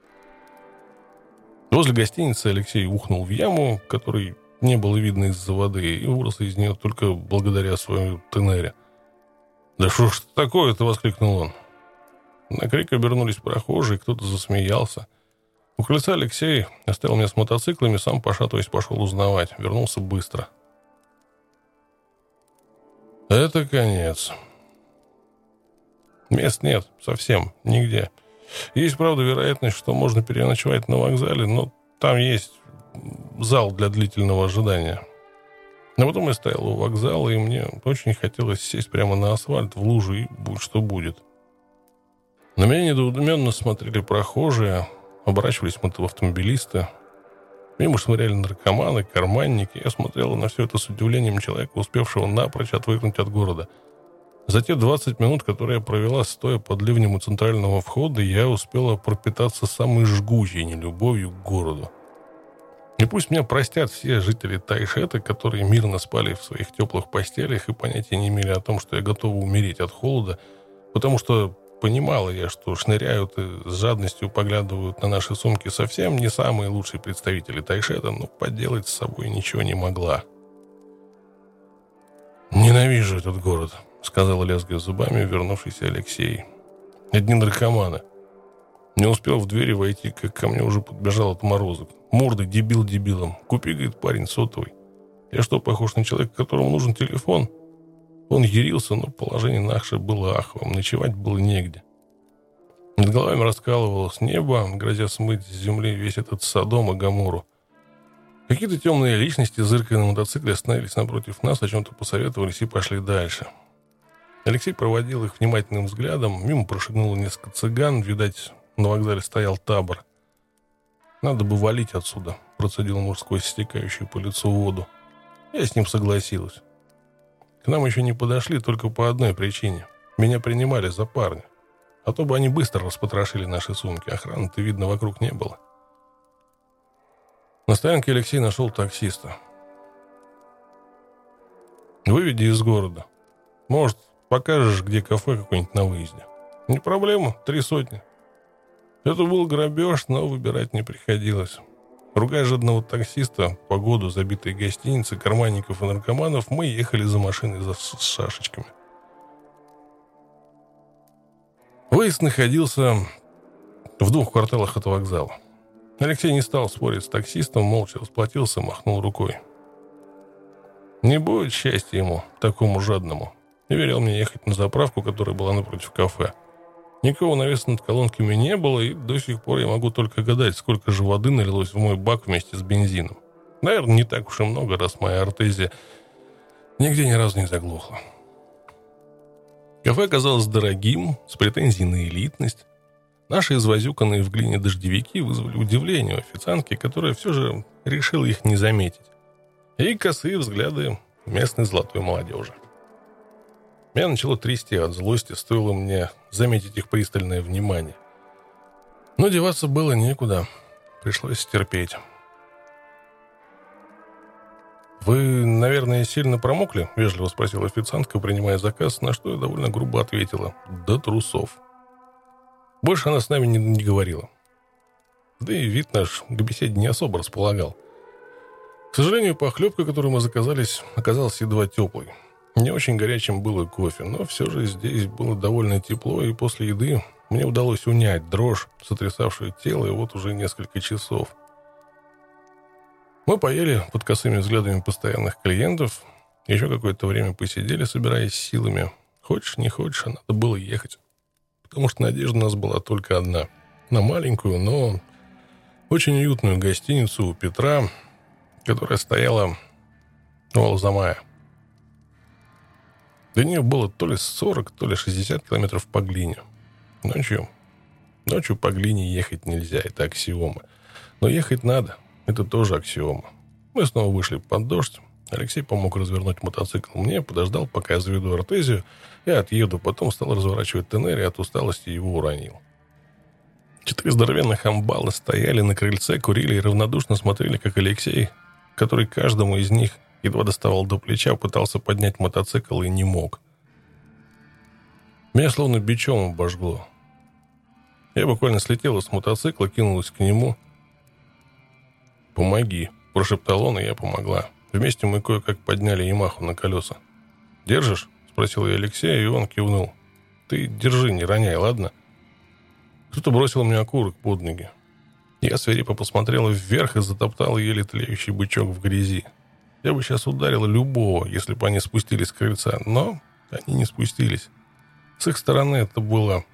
Возле гостиницы Алексей ухнул в яму, которой не было видно из-за воды, и вырос из нее только благодаря своему тенере. «Да что ж такое-то?» — воскликнул он. На крик обернулись прохожие, кто-то засмеялся. У крыльца Алексей оставил меня с мотоциклами, сам, пошатываясь, пошел узнавать. Вернулся быстро. Это конец. Мест нет совсем, нигде. Есть, правда, вероятность, что можно переночевать на вокзале, но там есть зал для длительного ожидания. А потом я стоял у вокзала, и мне очень хотелось сесть прямо на асфальт в лужу, и будь что будет. На меня недоуменно смотрели прохожие, оборачивались мотоавтомобилисты. Мимо швыряли наркоманы, карманники. Я смотрел на все это с удивлением человека, успевшего напрочь отвыкнуть от города. За те 20 минут, которые я провела, стоя под ливнем у центрального входа, я успела пропитаться самой жгучей нелюбовью к городу. И пусть меня простят все жители Тайшета, которые мирно спали в своих теплых постелях и понятия не имели о том, что я готова умереть от холода, потому что понимала я, что шныряют и с жадностью поглядывают на наши сумки совсем не самые лучшие представители Тайшета, но поделать с собой ничего не могла. «Ненавижу этот город», — сказал, лязгая зубами, вернувшийся Алексей. «Одни наркоманы. Не успел в двери войти, как ко мне уже подбежал отморозок. Мордой дебил дебилом. Купи, говорит, парень, сотовый. Я что, похож на человека, которому нужен телефон?» Он ярился, но положение наше было аховым. Ночевать было негде. Над головами раскалывалось небо, грозя смыть с земли весь этот Содом и Гоморру. Какие-то темные личности, зыркая на мотоцикле, остановились напротив нас, о чем-то посоветовались и пошли дальше. Алексей проводил их внимательным взглядом. Мимо прошагнуло несколько цыган. Видать, на вокзале стоял табор. «Надо бы валить отсюда», — процедил муж сквозь стекающую по лицу воду. Я с ним согласилась. К нам еще не подошли только по одной причине. Меня принимали за парня. А то бы они быстро распотрошили наши сумки. Охраны-то, видно, вокруг не было. На стоянке Алексей нашел таксиста. «Выведи из города. Может, покажешь, где кафе какое-нибудь на выезде?» «Не проблема, 300. Это был грабеж, но выбирать не приходилось. Ругая жадного таксиста, погоду, забитые гостиницы, карманников и наркоманов, мы ехали за машиной с шашечками. Выезд находился в 2 кварталах от вокзала. Алексей не стал спорить с таксистом, молча расплатился, махнул рукой. Не будет счастья ему, такому жадному. И велел мне ехать на заправку, которая была напротив кафе. Никакого навеса над колонками не было, и до сих пор я могу только гадать, сколько же воды налилось в мой бак вместе с бензином. Наверное, не так уж и много, раз моя артезия нигде ни разу не заглохла. Кафе оказалось дорогим, с претензией на элитность. Наши извозюканные в глине дождевики вызвали удивление у официантки, которая все же решила их не заметить. И косые взгляды местной золотой молодежи. Меня начало трясти от злости, стоило мне заметить их пристальное внимание. Но деваться было некуда, пришлось терпеть. «Вы, наверное, сильно промокли?» — вежливо спросила официантка, принимая заказ, на что я довольно грубо ответила: «До трусов». Больше она с нами не говорила. Да и вид наш к беседе не особо располагал. К сожалению, похлебка, которую мы заказались, оказалась едва теплой. Не очень горячим было кофе, но все же здесь было довольно тепло, и после еды мне удалось унять дрожь, сотрясавшую тело, и вот уже несколько часов. Мы поели под косыми взглядами постоянных клиентов, еще какое-то время посидели, собираясь силами. Хочешь, не хочешь, а надо было ехать. Потому что надежда у нас была только одна. На маленькую, но очень уютную гостиницу у Петра, которая стояла у Алзамая. До нее было то ли 40, то ли 60 километров по глине. Ночью по глине ехать нельзя, это аксиома. Но ехать надо, это тоже аксиома. Мы снова вышли под дождь. Алексей помог развернуть мотоцикл мне, подождал, пока я заведу артезию, и отъеду. Потом стал разворачивать ТНР, и от усталости его уронил. 4 здоровенных амбала стояли на крыльце, курили и равнодушно смотрели, как Алексей, который каждому из них едва доставал до плеча, пытался поднять мотоцикл и не мог. Меня словно бичом обожгло. Я буквально слетела с мотоцикла, кинулась к нему. «Помоги», — прошептал он, и я помогла. Вместе мы кое-как подняли Ямаху на колеса. «Держишь?» — спросил я Алексея, и он кивнул. «Ты держи, не роняй, ладно?» Кто-то бросил мне окурок под ноги. Я свирепо посмотрела вверх и затоптала еле тлеющий бычок в грязи. Я бы сейчас ударила любого, если бы они спустились с крыльца, но они не спустились. С их стороны это было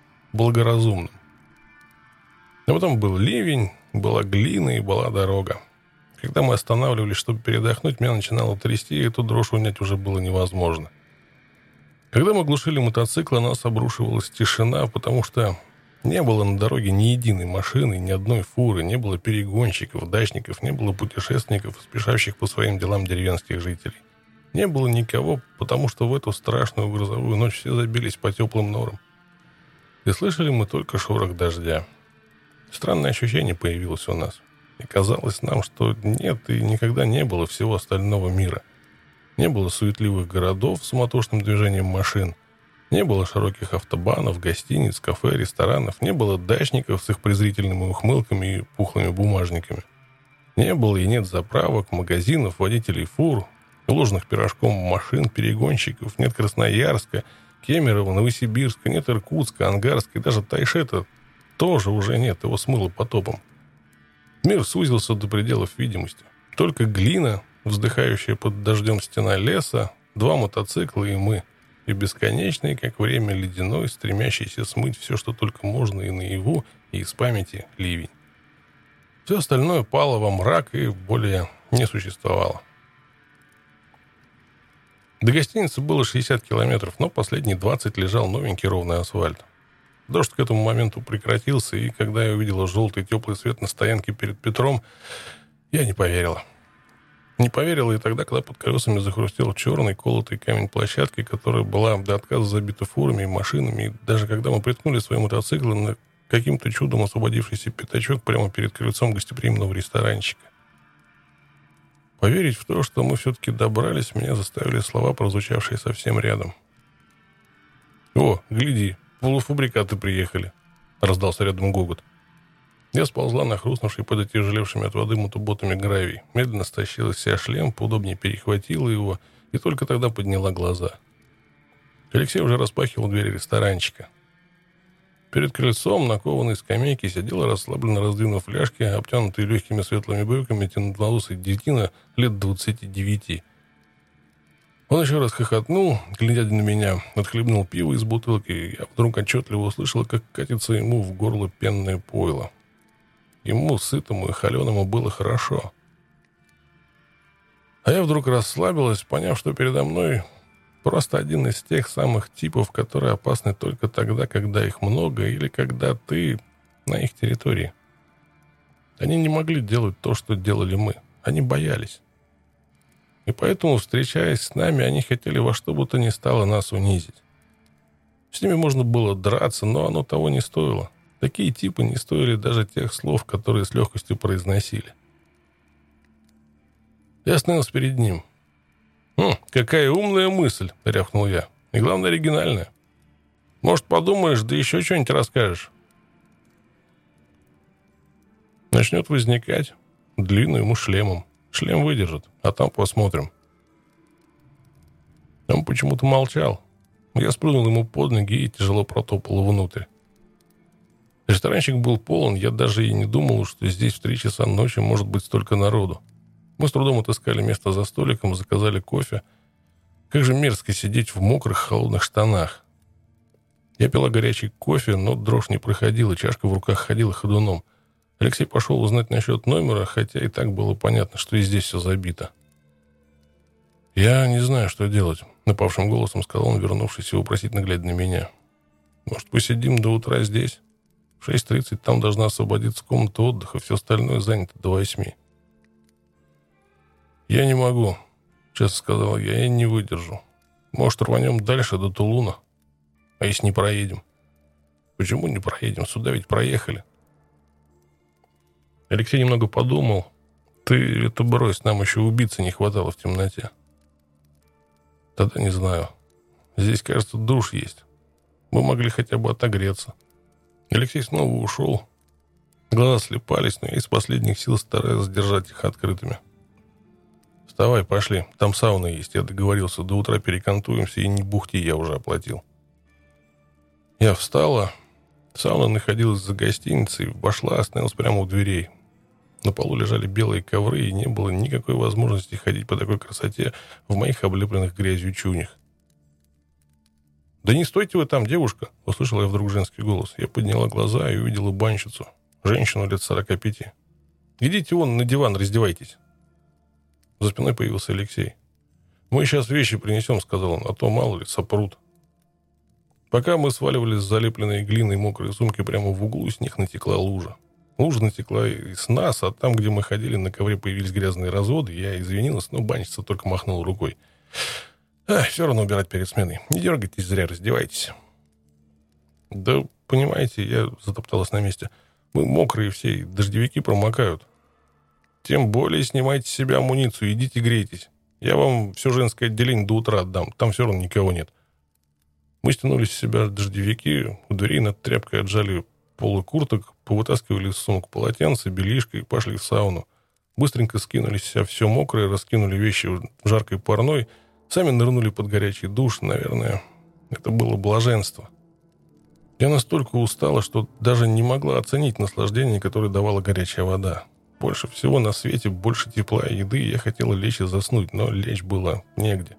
благоразумным. А потом был ливень, была глина и была дорога. Когда мы останавливались, чтобы передохнуть, меня начинало трясти, и эту дрожь унять уже было невозможно. Когда мы глушили мотоцикл, на нас обрушивалась тишина, потому что не было на дороге ни единой машины, ни одной фуры, не было перегонщиков, дачников, не было путешественников, спешащих по своим делам деревенских жителей. Не было никого, потому что в эту страшную грозовую ночь все забились по теплым норам. И слышали мы только шорох дождя. Странное ощущение появилось у нас. И казалось нам, что нет и никогда не было всего остального мира. Не было суетливых городов с суматошным движением машин. Не было широких автобанов, гостиниц, кафе, ресторанов. Не было дачников с их презрительными ухмылками и пухлыми бумажниками. Не было и нет заправок, магазинов, водителей фур, уложенных пирожком машин, перегонщиков. Нет Красноярска, Кемерово, Новосибирска, нет Иркутска, Ангарска и даже Тайшета тоже уже нет, его смыло потопом. Мир сузился до пределов видимости. Только глина, вздыхающая под дождем стена леса, 2 мотоцикла и мы. И бесконечный, как время ледяной, стремящийся смыть все, что только можно и наяву, и из памяти ливень. Все остальное пало во мрак и более не существовало. До гостиницы было 60 километров, но последние 20 лежал новенький ровный асфальт. Дождь к этому моменту прекратился, и когда я увидела желтый теплый свет на стоянке перед Петром, я не поверила. Не поверила и тогда, когда под колесами захрустел черный колотый камень площадки, которая была до отказа забита фурами и машинами, и даже когда мы приткнули свои мотоциклы на каким-то чудом освободившийся пятачок прямо перед крыльцом гостеприимного ресторанчика. Поверить в то, что мы все-таки добрались, меня заставили слова, прозвучавшие совсем рядом. «О, гляди, полуфабрикаты приехали!» — раздался рядом гогот. Я сползла на хрустнувший под отяжелевшими от воды мотоботами гравий, медленно стащила с себя шлем, поудобнее перехватила его и только тогда подняла глаза. Алексей уже распахивал двери ресторанчика. Перед крыльцом на кованой скамейке сидела расслабленно раздвинув фляжки, обтянутые легкими светлыми брюками, темноволосый детина лет 29. Он еще раз хохотнул, глядя на меня, отхлебнул пиво из бутылки, и я вдруг отчетливо услышал, как катится ему в горло пенное пойло. Ему, сытому и холеному, было хорошо. А я вдруг расслабилась, поняв, что передо мной просто один из тех самых типов, которые опасны только тогда, когда их много, или когда ты на их территории. Они не могли делать то, что делали мы. Они боялись. И поэтому, встречаясь с нами, они хотели во что бы то ни стало нас унизить. С ними можно было драться, но оно того не стоило. Такие типы не стоили даже тех слов, которые с легкостью произносили. Я остановился перед ним. «Какая умная мысль!» — рявкнул я. «И главное, оригинальная. Может, подумаешь, да еще что-нибудь расскажешь». Начнет возникать. Длинный ему шлемом. Шлем выдержит, а там посмотрим. Он почему-то молчал. Я спрыгнул ему под ноги и тяжело протопал внутрь. Ресторанчик был полон, я даже и не думал, что здесь в 3 часа ночи может быть столько народу. Мы с трудом отыскали место за столиком, заказали кофе. Как же мерзко сидеть в мокрых холодных штанах. Я пила горячий кофе, но дрожь не проходила, чашка в руках ходила ходуном. Алексей пошел узнать насчет номера, хотя и так было понятно, что и здесь все забито. «Я не знаю, что делать», — напавшим голосом сказал он, вернувшись и вопросительно глядя на меня. «Может, посидим до утра здесь? В 6:30 там должна освободиться комната отдыха, все остальное занято до 8. «Я не могу», — честно сказал я не выдержу. «Может, рванем дальше до Тулуна? А если не проедем?» «Почему не проедем? Сюда ведь проехали». Алексей немного подумал. «Ты это брось, нам еще убиться не хватало в темноте». «Тогда не знаю. Здесь, кажется, душ есть. Мы могли хотя бы отогреться». Алексей снова ушел. Глаза слепались, но я из последних сил стараюсь держать их открытыми. «Вставай, пошли. Там сауна есть. Я договорился. До утра перекантуемся, и не бухти, я уже оплатил». Я встала. Сауна находилась за гостиницей. Вошла, остановилась прямо у дверей. На полу лежали белые ковры, и не было никакой возможности ходить по такой красоте в моих облепленных грязью чунях. «Да не стойте вы там, девушка!» — услышала я вдруг женский голос. Я подняла глаза и увидела банщицу, женщину лет 45. «Идите вон на диван, раздевайтесь!» За спиной появился Алексей. «Мы сейчас вещи принесем», — сказал он, — «а то, мало ли, сопрут». Пока мы сваливали с залепленной глиной мокрые сумки прямо в углу, с них натекла лужа. Лужа натекла и с нас, а там, где мы ходили, на ковре появились грязные разводы. Я извинилась, но банщица только махнула рукой. Все равно убирать перед сменой. Не дергайтесь зря, раздевайтесь». «Да, понимаете, я затопталась на месте. Мы мокрые все, и дождевики промокают». «Тем более снимайте с себя амуницию, идите грейтесь. Я вам все женское отделение до утра отдам, там все равно никого нет». Мы стянули с себя дождевики, у дверей над тряпкой отжали полы курток, повытаскивали из сумок полотенца, белишко и пошли в сауну. Быстренько скинули с себя все мокрое, раскинули вещи в жаркой парной, сами нырнули под горячий душ. Наверное, это было блаженство. Я настолько устала, что даже не могла оценить наслаждение, которое давала горячая вода. Больше всего на свете, больше тепла и еды, я хотела лечь и заснуть, но лечь было негде.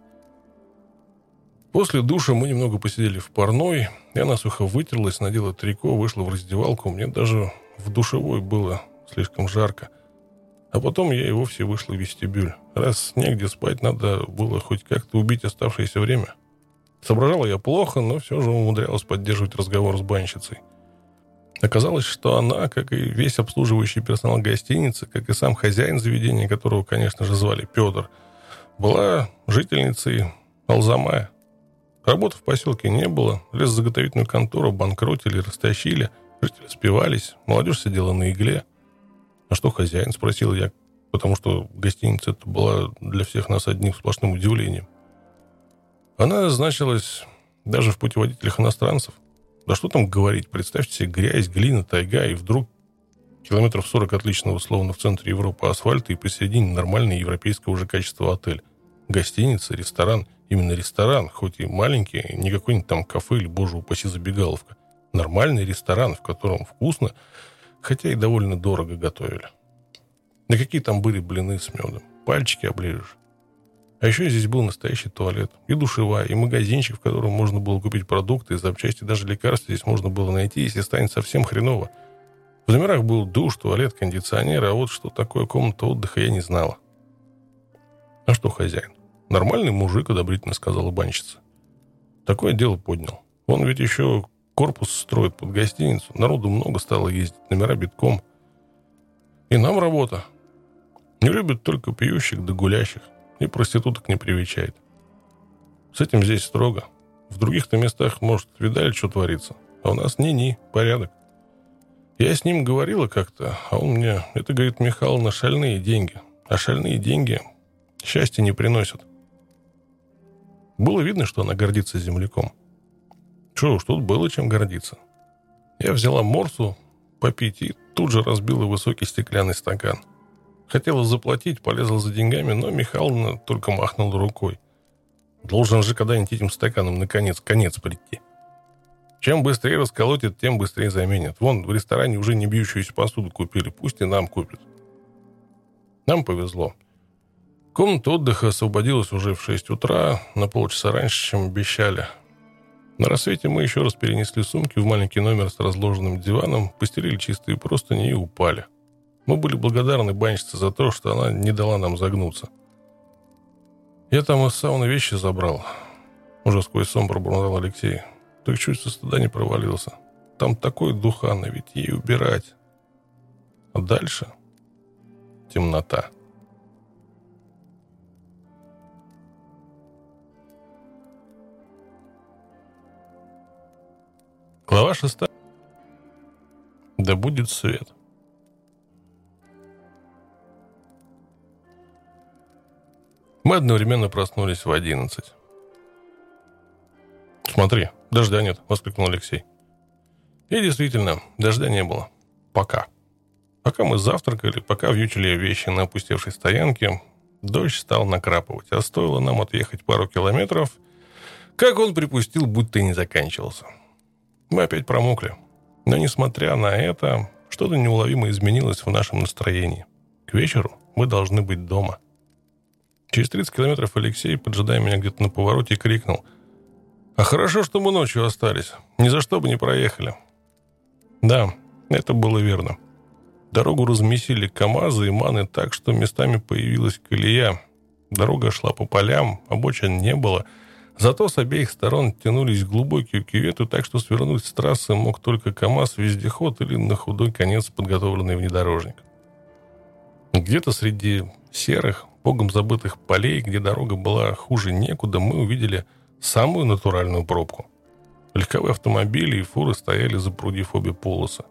После душа мы немного посидели в парной, я насухо вытерлась, надела трико, вышла в раздевалку. Мне даже в душевой было слишком жарко. А потом я и вовсе вышла в вестибюль. Раз негде спать, надо было хоть как-то убить оставшееся время. Соображала я плохо, но все же умудрялась поддерживать разговор с банщицей. Оказалось, что она, как и весь обслуживающий персонал гостиницы, как и сам хозяин заведения, которого, конечно же, звали Петр, была жительницей Алзамая. Работы в поселке не было, лесозаготовительную контору банкротили, растащили, жители спивались, молодежь сидела на игле. «А что хозяин?» — спросил я, потому что гостиница это была для всех нас одним сплошным удивлением. Она значилась даже в путеводителях иностранцев. Да что там говорить, представьте себе грязь, глина, тайга, и вдруг километров 40 отличного, словно в центре Европы, асфальта, и посередине нормальный европейского уже качества отель. Гостиница, ресторан, именно ресторан, хоть и маленький, не какой-нибудь там кафе или, боже упаси, забегаловка. Нормальный ресторан, в котором вкусно, хотя и довольно дорого готовили. Да какие там были блины с медом, пальчики оближешь. А еще здесь был настоящий туалет, и душевая, и магазинчик, в котором можно было купить продукты и запчасти, даже лекарства здесь можно было найти, если станет совсем хреново. В номерах был душ, туалет, кондиционер, а вот что такое комната отдыха, я не знала. «А что хозяин?» «Нормальный мужик», — одобрительно сказала банщица. «Такое дело поднял. Он ведь еще корпус строит под гостиницу, народу много стало ездить, номера битком. И нам работа. Не любит только пьющих да гулящих. И проституток не привечает. С этим здесь строго. В других-то местах, может, видали, что творится. А у нас ни-ни, порядок. Я с ним говорила как-то, а он мне, это, говорит, Михайловна, шальные деньги. А шальные деньги счастья не приносят». Было видно, что она гордится земляком. Что уж, тут было чем гордиться. Я взяла морсу попить и тут же разбила высокий стеклянный стакан. Хотела заплатить, полезла за деньгами, но Михайловна только махнула рукой. Должен же когда-нибудь этим стаканом наконец конец прийти. Чем быстрее расколотят, тем быстрее заменят. Вон, в ресторане уже не бьющуюся посуду купили, пусть и нам купят. Нам повезло. Комната отдыха освободилась уже в 6 утра, на полчаса раньше, чем обещали. На рассвете мы еще раз перенесли сумки в маленький номер с разложенным диваном, постелили чистые простыни и упали. Мы были благодарны банщице за то, что она не дала нам загнуться. «Я там из сауны вещи забрал», — уже сквозь сон пробормотал Алексей. Так чуть со стыда не провалился. Там такой духан, а ведь ей убирать. А дальше темнота. Глава 6. Да будет свет. Мы одновременно проснулись в 11. «Смотри, дождя нет», — воскликнул Алексей. И действительно, дождя не было. Пока. Пока мы завтракали, пока вьючили вещи на опустевшей стоянке, дождь стал накрапывать, а стоило нам отъехать пару километров, как он припустил, будто и не заканчивался. Мы опять промокли. Но, несмотря на это, что-то неуловимо изменилось в нашем настроении. К вечеру мы должны быть дома. Через 30 километров Алексей, поджидая меня где-то на повороте, крикнул: «А хорошо, что мы ночью остались. Ни за что бы не проехали». Да, это было верно. Дорогу размесили КамАЗы и МАНы так, что местами появилась колея, Дорога шла по полям, обочин не было. Зато с обеих сторон тянулись глубокие кюветы, так что свернуть с трассы мог только КАМАЗ-вездеход или на худой конец подготовленный внедорожник. Где-то среди серых, богом забытых полей, где дорога была хуже некуда, мы увидели самую натуральную пробку. Легковые автомобили и фуры стояли, запрудив обе полосы.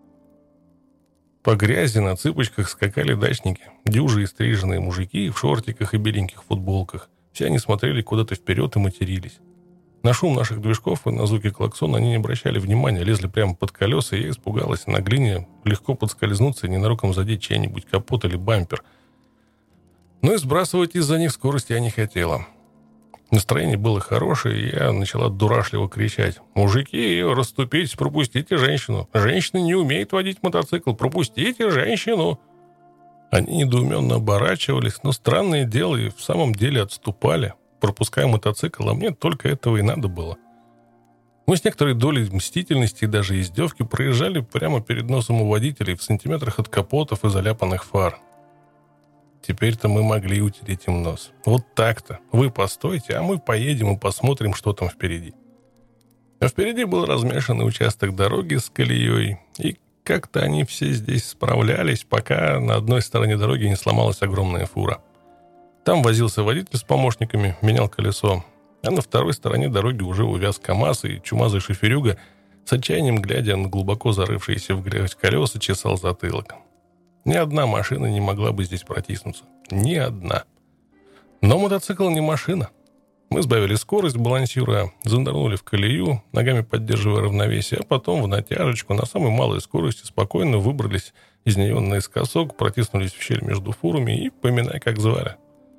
По грязи на цыпочках скакали дачники, дюжи и стриженные мужики в шортиках и беленьких футболках. Все они смотрели куда-то вперед и матерились. На шум наших движков и на звуки клаксона они не обращали внимания, лезли прямо под колеса, и я испугалась. На глине легко подскользнуться и ненароком задеть чей-нибудь капот или бампер. Но и сбрасывать из-за них скорость я не хотела. Настроение было хорошее, и я начала дурашливо кричать: «Мужики, расступитесь, пропустите женщину! Женщина не умеет водить мотоцикл! Пропустите женщину!» Они недоуменно оборачивались, но странное дело, и в самом деле отступали, пропуская мотоцикл, а мне только этого и надо было. Мы с некоторой долей мстительности и даже издевки проезжали прямо перед носом у водителей в сантиметрах от капотов и заляпанных фар. Теперь-то мы могли утереть им нос. Вот так-то. Вы постойте, а мы поедем и посмотрим, что там впереди. А впереди был размешанный участок дороги с колеей, и как-то они все здесь справлялись, пока на одной стороне дороги не сломалась огромная фура. Там возился водитель с помощниками, менял колесо, а на второй стороне дороги уже увяз КАМАЗ, и чумазый шоферюга, с отчаянием глядя на глубоко зарывшиеся в грязь колеса, чесал затылок. Ни одна машина не могла бы здесь протиснуться. Ни одна. Но мотоцикл не машина. Мы сбавили скорость, балансируя, занырнули в колею, ногами поддерживая равновесие, а потом в натяжечку на самой малой скорости спокойно выбрались из нее наискосок, протиснулись в щель между фурами и поминай, как звали.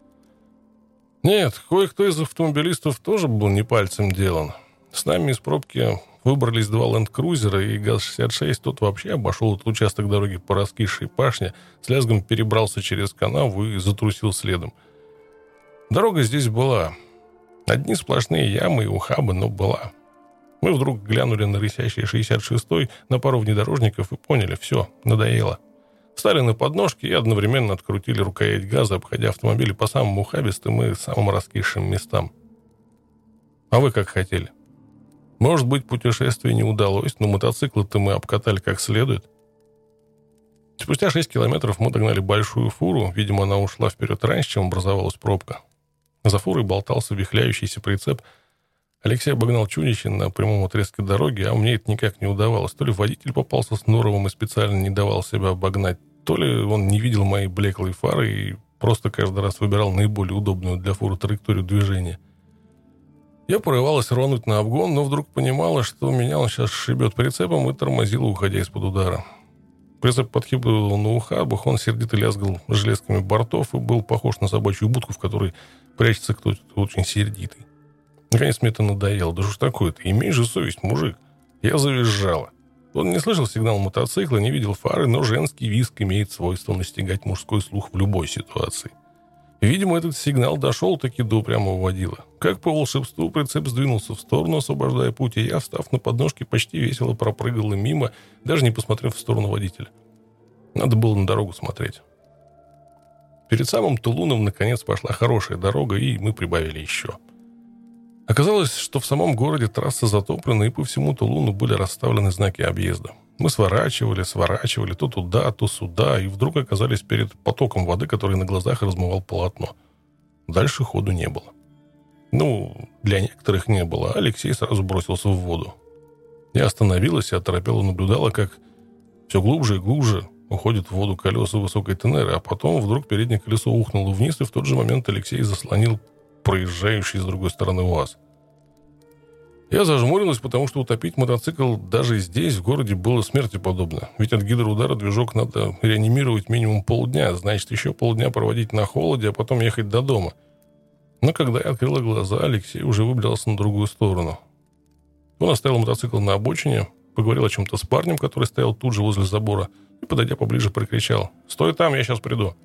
Нет, кое-кто из автомобилистов тоже был не пальцем делан. С нами из пробки выбрались два ленд-крузера, и ГАЗ-66, тот вообще обошел этот участок дороги по раскисшей пашне, с лязгом перебрался через канаву и затрусил следом. Дорога здесь была. Одни сплошные ямы и ухабы, но была. Мы вдруг глянули на рысящий 66-й, на пару внедорожников и поняли: все, надоело. Встали на подножки и одновременно открутили рукоять газа, обходя автомобили по самым ухабистым и самым раскисшим местам. А вы как хотели? Может быть, путешествие не удалось, но мотоциклы-то мы обкатали как следует. Спустя 6 километров мы догнали большую фуру. Видимо, она ушла вперед раньше, чем образовалась пробка. За фурой болтался вихляющийся прицеп. Алексей обогнал чудище на прямом отрезке дороги, а мне это никак не удавалось. То ли водитель попался с норовом и специально не давал себя обогнать, то ли он не видел моей блеклой фары и просто каждый раз выбирал наиболее удобную для фуры траекторию движения. Я порывалась рвануть на обгон, но вдруг понимала, что меня он сейчас сшибет прицепом, и тормозила, уходя из-под удара. Прицеп подхибывал на ухабах, он сердито лязгал железками бортов и был похож на собачью будку, в которой прячется кто-то очень сердитый. Наконец мне это надоело. Да что ж такое-то? Имей же совесть, мужик. Я завизжала. Он не слышал сигнал мотоцикла, не видел фары, но женский визг имеет свойство настигать мужской слух в любой ситуации. Видимо, этот сигнал дошел-таки до упрямого водила. Как по волшебству, прицеп сдвинулся в сторону, освобождая путь, и я, встав на подножки, почти весело пропрыгала мимо, даже не посмотрев в сторону водителя. Надо было на дорогу смотреть. Перед самым Тулуном, наконец, пошла хорошая дорога, и мы прибавили еще. Оказалось, что в самом городе трасса затоплена, и по всему Тулуну были расставлены знаки объезда. Мы сворачивали то туда, то сюда, и вдруг оказались перед потоком воды, который на глазах размывал полотно. Дальше ходу не было. Для некоторых не было, а Алексей сразу бросился в воду. Я остановилась и оторопела наблюдала, как все глубже и глубже уходит в воду колеса высокой тенеры, а потом вдруг переднее колесо ухнуло вниз, и в тот же момент Алексей заслонил проезжающий с другой стороны УАЗ. Я зажмурилась, потому что утопить мотоцикл даже здесь, в городе, было смерти подобно. Ведь от гидроудара движок надо реанимировать минимум полдня, значит, еще полдня проводить на холоде, а потом ехать до дома. Но когда я открыла глаза, Алексей уже выбрался на другую сторону. Он оставил мотоцикл на обочине, поговорил о чем-то с парнем, который стоял тут же возле забора, и, подойдя поближе, прокричал: «Стой там, я сейчас приду».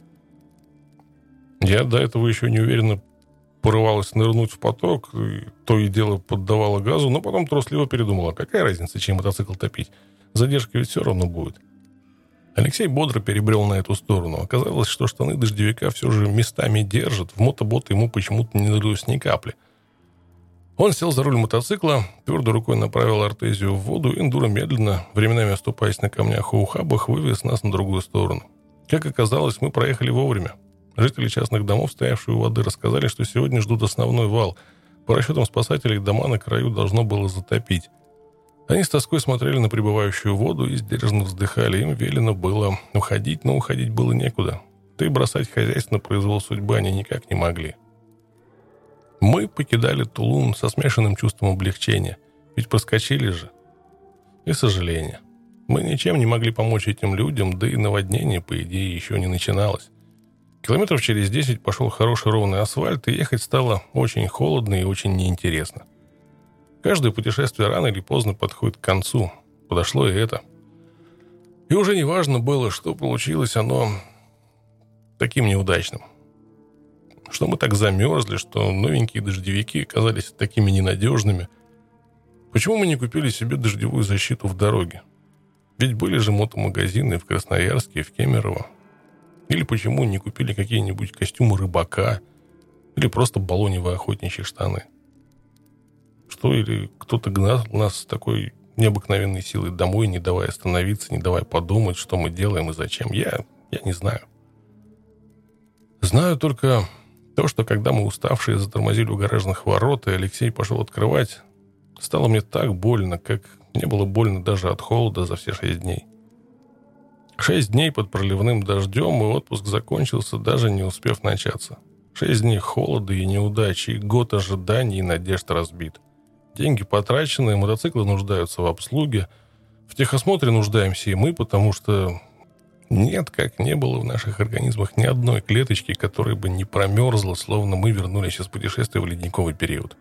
Я до этого еще не уверенно порывалась нырнуть в поток, и то и дело поддавала газу, но потом трусливо передумала. Какая разница, чей мотоцикл топить? Задержка ведь все равно будет. Алексей бодро перебрел на эту сторону. Оказалось, что штаны дождевика все же местами держат. В мотобот ему почему-то не налилось ни капли. Он сел за руль мотоцикла, твердой рукой направил артезию в воду, и эндуро медленно, временами оступаясь на камнях и ухабах, вывез нас на другую сторону. Как оказалось, мы проехали вовремя. Жители частных домов, стоявшие у воды, рассказали, что сегодня ждут основной вал. По расчетам спасателей, дома на краю должно было затопить. Они с тоской смотрели на прибывающую воду и сдержанно вздыхали. Им велено было уходить, но уходить было некуда. Да и бросать хозяйство на произвол судьбы они никак не могли. Мы покидали Тулун со смешанным чувством облегчения. Ведь проскочили же. И сожаления. Мы ничем не могли помочь этим людям, да и наводнение, по идее, еще не начиналось. Километров через 10 пошел хороший ровный асфальт, и ехать стало очень холодно и очень неинтересно. Каждое путешествие рано или поздно подходит к концу. Подошло и это. И уже не важно было, что получилось оно таким неудачным. Что мы так замерзли, что новенькие дождевики оказались такими ненадежными. Почему мы не купили себе дождевую защиту в дороге? Ведь были же мотомагазины в Красноярске и в Кемерово. Или почему не купили какие-нибудь костюмы рыбака? Или просто баллоневые охотничьи штаны? Что, или кто-то гнал нас с такой необыкновенной силой домой, не давая остановиться, не давая подумать, что мы делаем и зачем? Я не знаю. Знаю только то, что когда мы уставшие затормозили у гаражных ворот, и Алексей пошел открывать, стало мне так больно, как не было больно даже от холода за все 6 дней. 6 дней под проливным дождем, и отпуск закончился, даже не успев начаться. 6 дней холода и неудачи, и год ожиданий и надежд разбит. Деньги потрачены, мотоциклы нуждаются в обслуге. В техосмотре нуждаемся и мы, потому что нет, как не было в наших организмах ни одной клеточки, которая бы не промерзла, словно мы вернулись из путешествия в ледниковый период.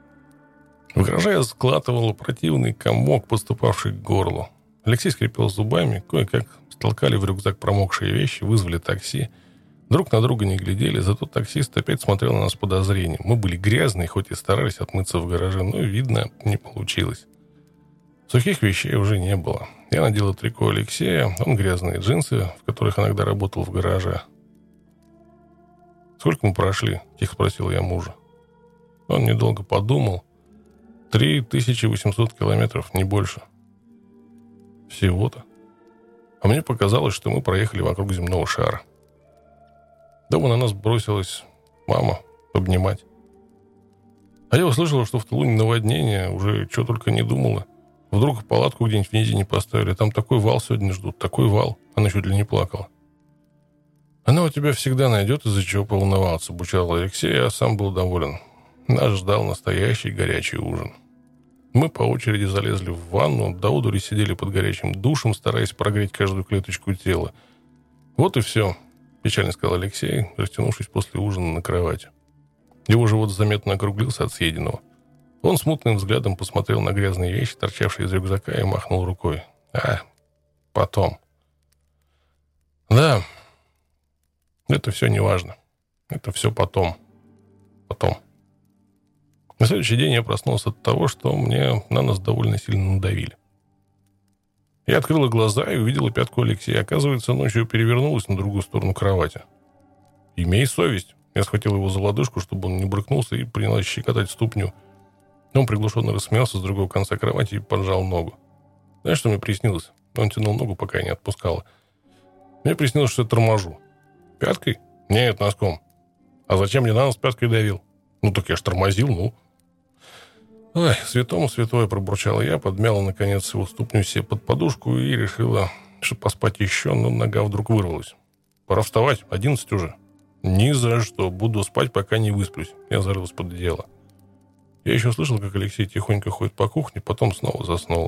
В гараже я складывал противный комок, подступавший к горлу. Алексей скрипел зубами, кое-как столкали в рюкзак промокшие вещи, вызвали такси. Друг на друга не глядели, зато таксист опять смотрел на нас с подозрением. Мы были грязные, хоть и старались отмыться в гараже, но, видно, не получилось. Сухих вещей уже не было. Я надел трико Алексея, он грязные джинсы, в которых иногда работал в гараже. «Сколько мы прошли?» – тихо спросил я мужа. Он недолго подумал. 3800 километров, не больше. Всего-то. А мне показалось, что мы проехали вокруг земного шара. Дома на нас бросилась мама обнимать. А я услышала, что в Тулуне наводнение, уже что только не думала. Вдруг палатку где-нибудь в низине поставили. Там такой вал сегодня ждут, такой вал. Она чуть ли не плакала. Она у тебя всегда найдет, из-за чего поволноваться, бучал Алексей, а сам был доволен. Нас ждал настоящий горячий ужин. Мы по очереди залезли в ванну, до одури сидели под горячим душем, стараясь прогреть каждую клеточку тела. Вот и все, печально сказал Алексей, растянувшись после ужина на кровати. Его живот заметно округлился от съеденного. Он смутным взглядом посмотрел на грязные вещи, торчавшие из рюкзака, и махнул рукой. Потом. Да, это все не важно. Это все потом. Потом. На следующий день я проснулся от того, что мне на нас довольно сильно надавили. Я открыла глаза и увидела пятку Алексея. Оказывается, ночью перевернулась на другую сторону кровати. «Имей совесть!» Я схватил его за лодыжку, чтобы он не брыкнулся, и принялась щекотать ступню. Он приглушенно рассмеялся с другого конца кровати и поджал ногу. Знаешь, что мне приснилось? Он тянул ногу, пока я не отпускала. Мне приснилось, что я торможу. Пяткой? Нет, носком. А зачем мне на нос пяткой давил? Ну, так я ж тормозил, ну. Ой, святому святое, пробурчала я, подмяла, наконец, его ступню себе под подушку и решила, что поспать еще, но нога вдруг вырвалась. Пора вставать, 11 уже. Ни за что, буду спать, пока не высплюсь. Я зарылась под одеяло. Я еще слышал, как Алексей тихонько ходит по кухне, потом снова заснула.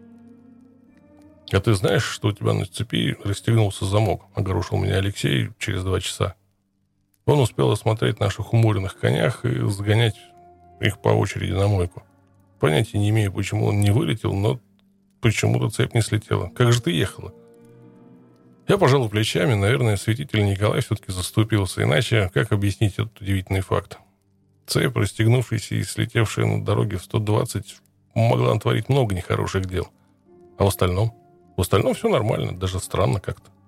«А ты знаешь, что у тебя на цепи расстегнулся замок?» — огорошил меня Алексей через 2 часа. Он успел осмотреть наших уморенных конях и загонять их по очереди на мойку. Понятия не имею, почему он не вылетел, но почему-то цепь не слетела. Как же ты ехала? Я пожал плечами, наверное, святитель Николай все-таки заступился, иначе как объяснить этот удивительный факт? Цепь, расстегнувшаяся и слетевшая на дороге в 120, могла натворить много нехороших дел. А в остальном? В остальном все нормально, даже странно как-то.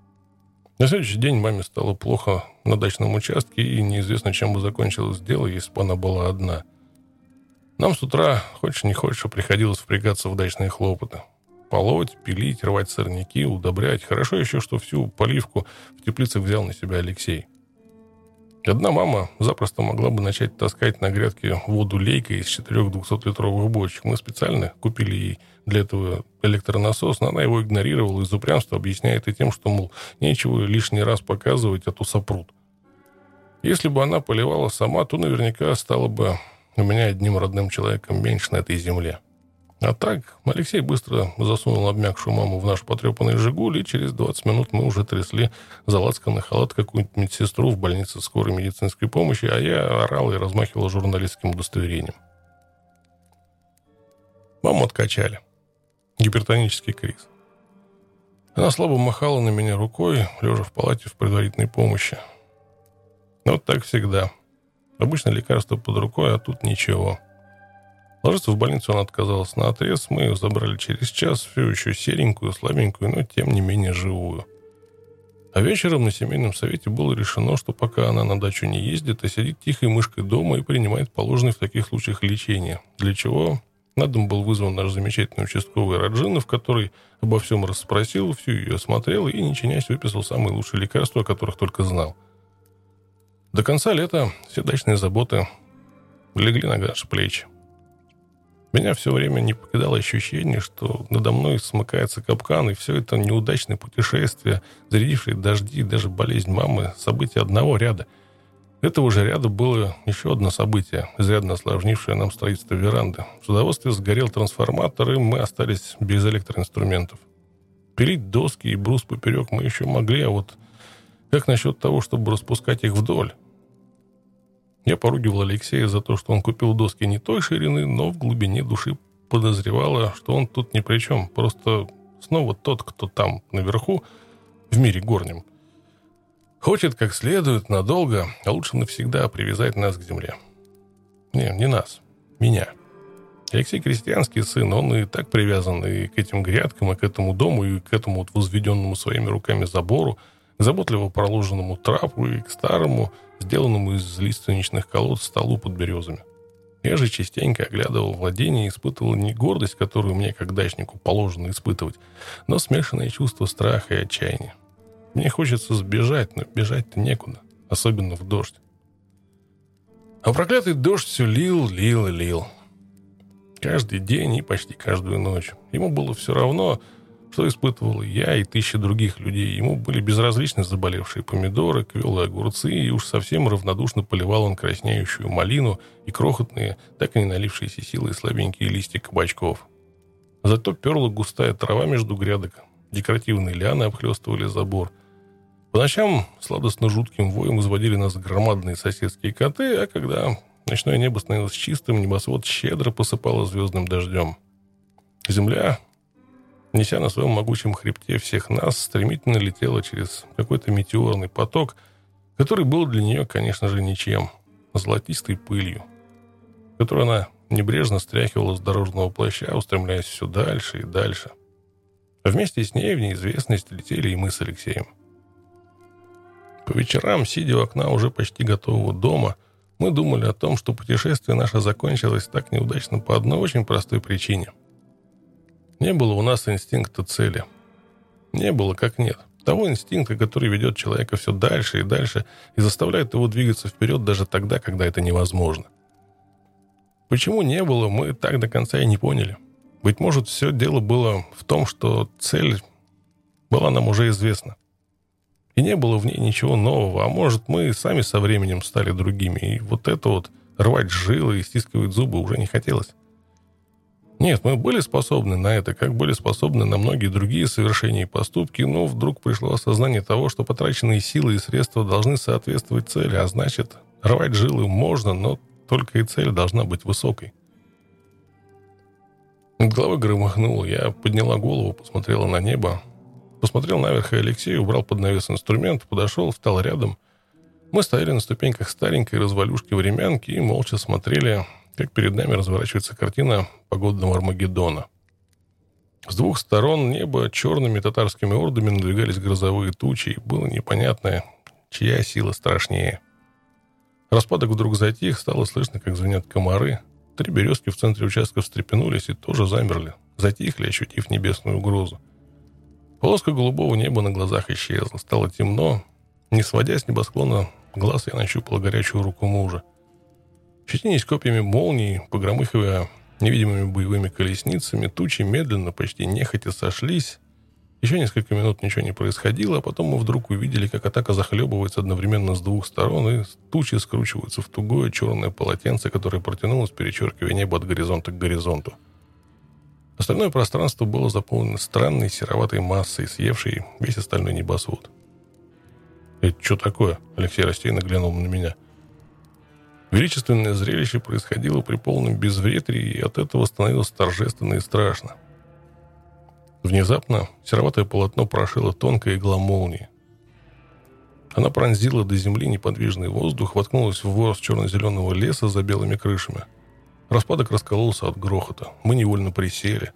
На следующий день маме стало плохо на дачном участке, и неизвестно, чем бы закончилось дело, если бы она была одна. Нам с утра, хочешь не хочешь, приходилось впрягаться в дачные хлопоты. Полоть, пилить, рвать сорняки, удобрять. Хорошо еще, что всю поливку в теплицах взял на себя Алексей. Одна мама запросто могла бы начать таскать на грядке воду лейкой из 4 200-литровых бочек. Мы специально купили ей для этого электронасос, но она его игнорировала из упрямства, объясняя это тем, что, мол, нечего лишний раз показывать, а то сопрут. Если бы она поливала сама, то наверняка стала бы у меня одним родным человеком меньше на этой земле. А так Алексей быстро засунул обмякшую маму в наш потрепанный «Жигуль», и через 20 минут мы уже трясли за лацканный халат какую-нибудь медсестру в больнице скорой медицинской помощи, а я орал и размахивал журналистским удостоверением. Маму откачали. Гипертонический криз. Она слабо махала на меня рукой, лежа в палате в предварительной помощи. Но вот так всегда. Обычно лекарство под рукой, а тут ничего. Ложиться в больницу она отказалась наотрез. Мы ее забрали через час, все еще серенькую, слабенькую, но тем не менее живую. А вечером на семейном совете было решено, что пока она на дачу не ездит, а сидит тихой мышкой дома и принимает положенное в таких случаях лечение. Для чего на дом был вызван наш замечательный участковый Раджинов, который обо всем расспросил, всю ее осмотрел и, не чинясь, выписал самые лучшие лекарства, о которых только знал. До конца лета все дачные заботы легли на наши плечи. Меня все время не покидало ощущение, что надо мной смыкается капкан, и все это неудачное путешествие, зарядившие дожди и даже болезнь мамы, события одного ряда. Этого же ряда было еще одно событие, изрядно осложнившее нам строительство веранды. В судоводстве сгорел трансформатор, и мы остались без электроинструментов. Пилить доски и брус поперек мы еще могли, а вот как насчет того, чтобы распускать их вдоль? Я поругивал Алексея за то, что он купил доски не той ширины, но в глубине души подозревала, что он тут ни при чем. Просто снова тот, кто там, наверху, в мире горнем, хочет как следует, надолго, а лучше навсегда привязать нас к земле. Не нас, меня. Алексей крестьянский сын, он и так привязан и к этим грядкам, и к этому дому, и к этому вот возведенному своими руками забору, к заботливо проложенному трапу и к старому, сделанному из лиственничных колод столу под березами. Я же частенько оглядывал владение и испытывал не гордость, которую мне, как дачнику, положено испытывать, но смешанное чувство страха и отчаяния. Мне хочется сбежать, но бежать-то некуда, особенно в дождь. А проклятый дождь все лил. Каждый день и почти каждую ночь. Ему было все равно, что испытывал я и тысячи других людей. Ему были безразличны заболевшие помидоры, квелые огурцы, и уж совсем равнодушно поливал он краснеющую малину и крохотные, так и не налившиеся силой слабенькие листья кабачков. Зато перла густая трава между грядок, декоративные лианы обхлестывали забор. По ночам сладостно-жутким воем изводили нас громадные соседские коты, а когда ночное небо становилось чистым, небосвод щедро посыпало звездным дождем. Земля, неся на своем могучем хребте всех нас, стремительно летела через какой-то метеорный поток, который был для нее, конечно же, ничем, золотистой пылью, которую она небрежно стряхивала с дорожного плаща, устремляясь все дальше и дальше. А вместе с ней в неизвестность летели и мы с Алексеем. По вечерам, сидя у окна уже почти готового дома, мы думали о том, что путешествие наше закончилось так неудачно по одной очень простой причине. Не было у нас инстинкта цели. Не было, как нет. Того инстинкта, который ведет человека все дальше и дальше и заставляет его двигаться вперед даже тогда, когда это невозможно. Почему не было, мы так до конца и не поняли. Быть может, все дело было в том, что цель была нам уже известна. И не было в ней ничего нового, а может, мы сами со временем стали другими, и вот это вот рвать жилы и стискивать зубы уже не хотелось. Нет, мы были способны на это, как были способны на многие другие совершения и поступки, но вдруг пришло осознание того, что потраченные силы и средства должны соответствовать цели, а значит, рвать жилы можно, но только и цель должна быть высокой. Над головой громыхнуло, я подняла голову, посмотрела на небо, посмотрел наверх, и Алексей убрал под навес инструмент, подошел, встал рядом. Мы стояли на ступеньках старенькой развалюшки-времянки и молча смотрели, как перед нами разворачивается картина погодного Армагеддона. С двух сторон неба черными татарскими ордами надвигались грозовые тучи, и было непонятно, чья сила страшнее. Распадок вдруг затих, стало слышно, как звенят комары. 3 березки в центре участка встрепенулись и тоже замерли, затихли, ощутив небесную угрозу. Полоска голубого неба на глазах исчезла, стало темно. Не сводя с небосклона глаз, я нащупал горячую руку мужа. Щетинясь копьями молний, погромыхивая невидимыми боевыми колесницами, тучи медленно, почти нехотя сошлись. Еще несколько минут ничего не происходило, а потом мы вдруг увидели, как атака захлебывается одновременно с двух сторон, и тучи скручиваются в тугое черное полотенце, которое протянулось, перечеркивая небо от горизонта к горизонту. Остальное пространство было заполнено странной сероватой массой, съевшей весь остальной небосвод. «Это что такое?» — Алексей растерянно глянул на меня. Величественное зрелище происходило при полном безветрии, и от этого становилось торжественно и страшно. Внезапно сероватое полотно прошило тонкая игла молнии. Она пронзила до земли неподвижный воздух, воткнулась в ворс черно-зеленого леса за белыми крышами. Распадок раскололся от грохота. Мы невольно присели.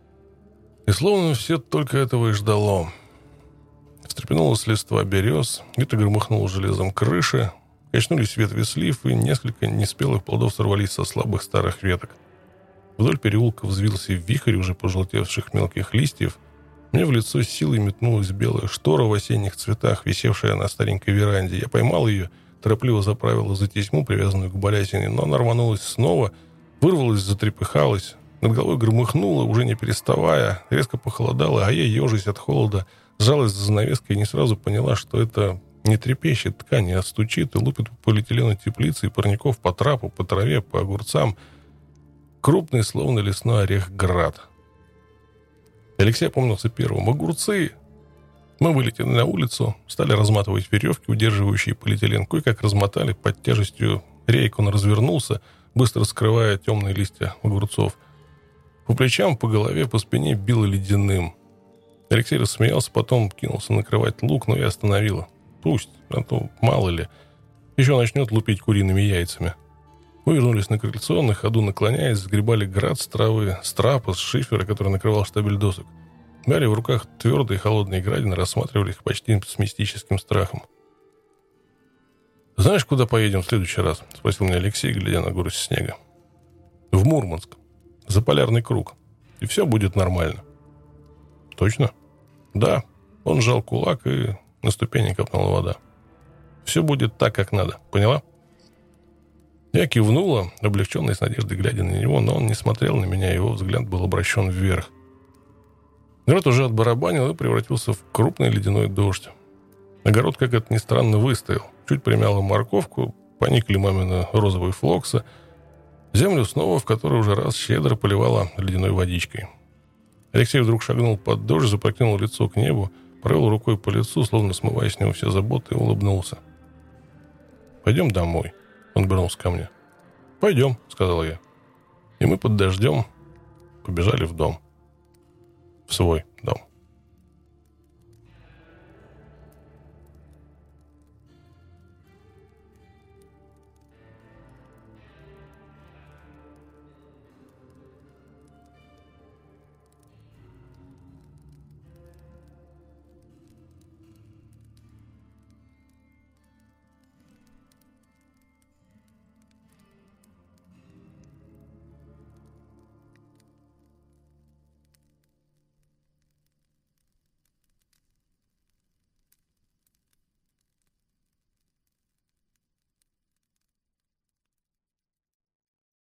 И словно все только этого и ждало. Встрепенулась листва берез, где-то громыхнуло железом крыши, качнулись ветви слив, и несколько неспелых плодов сорвались со слабых старых веток. Вдоль переулка взвился вихрь уже пожелтевших мелких листьев. Мне в лицо силой метнулась белая штора в осенних цветах, висевшая на старенькой веранде. Я поймал ее, торопливо заправила за тесьму, привязанную к балясине, но она рванулась снова, вырвалась, затрепыхалась. Над головой громыхнуло, уже не переставая, резко похолодало, а я, ежась от холода, сжалась за занавеской и не сразу поняла, что это не трепещет ткань, а стучит и лупит по полиэтилену теплицы и парников по трапу, по траве, по огурцам. Крупный, словно лесной орех, град. Алексей опомнился первым. «Огурцы!» Мы вылетели на улицу, стали разматывать веревки, удерживающие полиэтилен. Кое-как размотали, под тяжестью рейк он развернулся, быстро скрывая темные листья огурцов. По плечам, по голове, по спине било ледяным. Алексей рассмеялся, потом кинулся накрывать лук, но я остановила. Пусть, а то мало ли. Еще начнет лупить куриными яйцами. Мы вернулись на крыльцо, на ходу наклоняясь, сгребали град с травы, с трапа, с шифера, который накрывал штабель досок. Мяли в руках твердые холодные градины, рассматривали их почти с мистическим страхом. «Знаешь, куда поедем в следующий раз?» — спросил меня Алексей, глядя на гору снега. «В Мурманск. За полярный круг. И все будет нормально». «Точно?» «Да». Он сжал кулак, и на ступени капнула вода. «Все будет так, как надо. Поняла?» Я кивнула, облегченной с надеждой глядя на него, но он не смотрел на меня, его взгляд был обращен вверх. Град уже отбарабанил и превратился в крупный ледяной дождь. Огород, как это ни странно, выстоял. Чуть примяло морковку, поникли мамины розовые флоксы. Землю снова, в которой уже раз щедро поливала ледяной водичкой. Алексей вдруг шагнул под дождь, запрокинул лицо к небу, провел рукой по лицу, словно смывая с него все заботы, и улыбнулся. «Пойдем домой». Он обернулся ко мне. «Пойдем», — сказал я. И мы под дождем побежали в дом. В свой дом.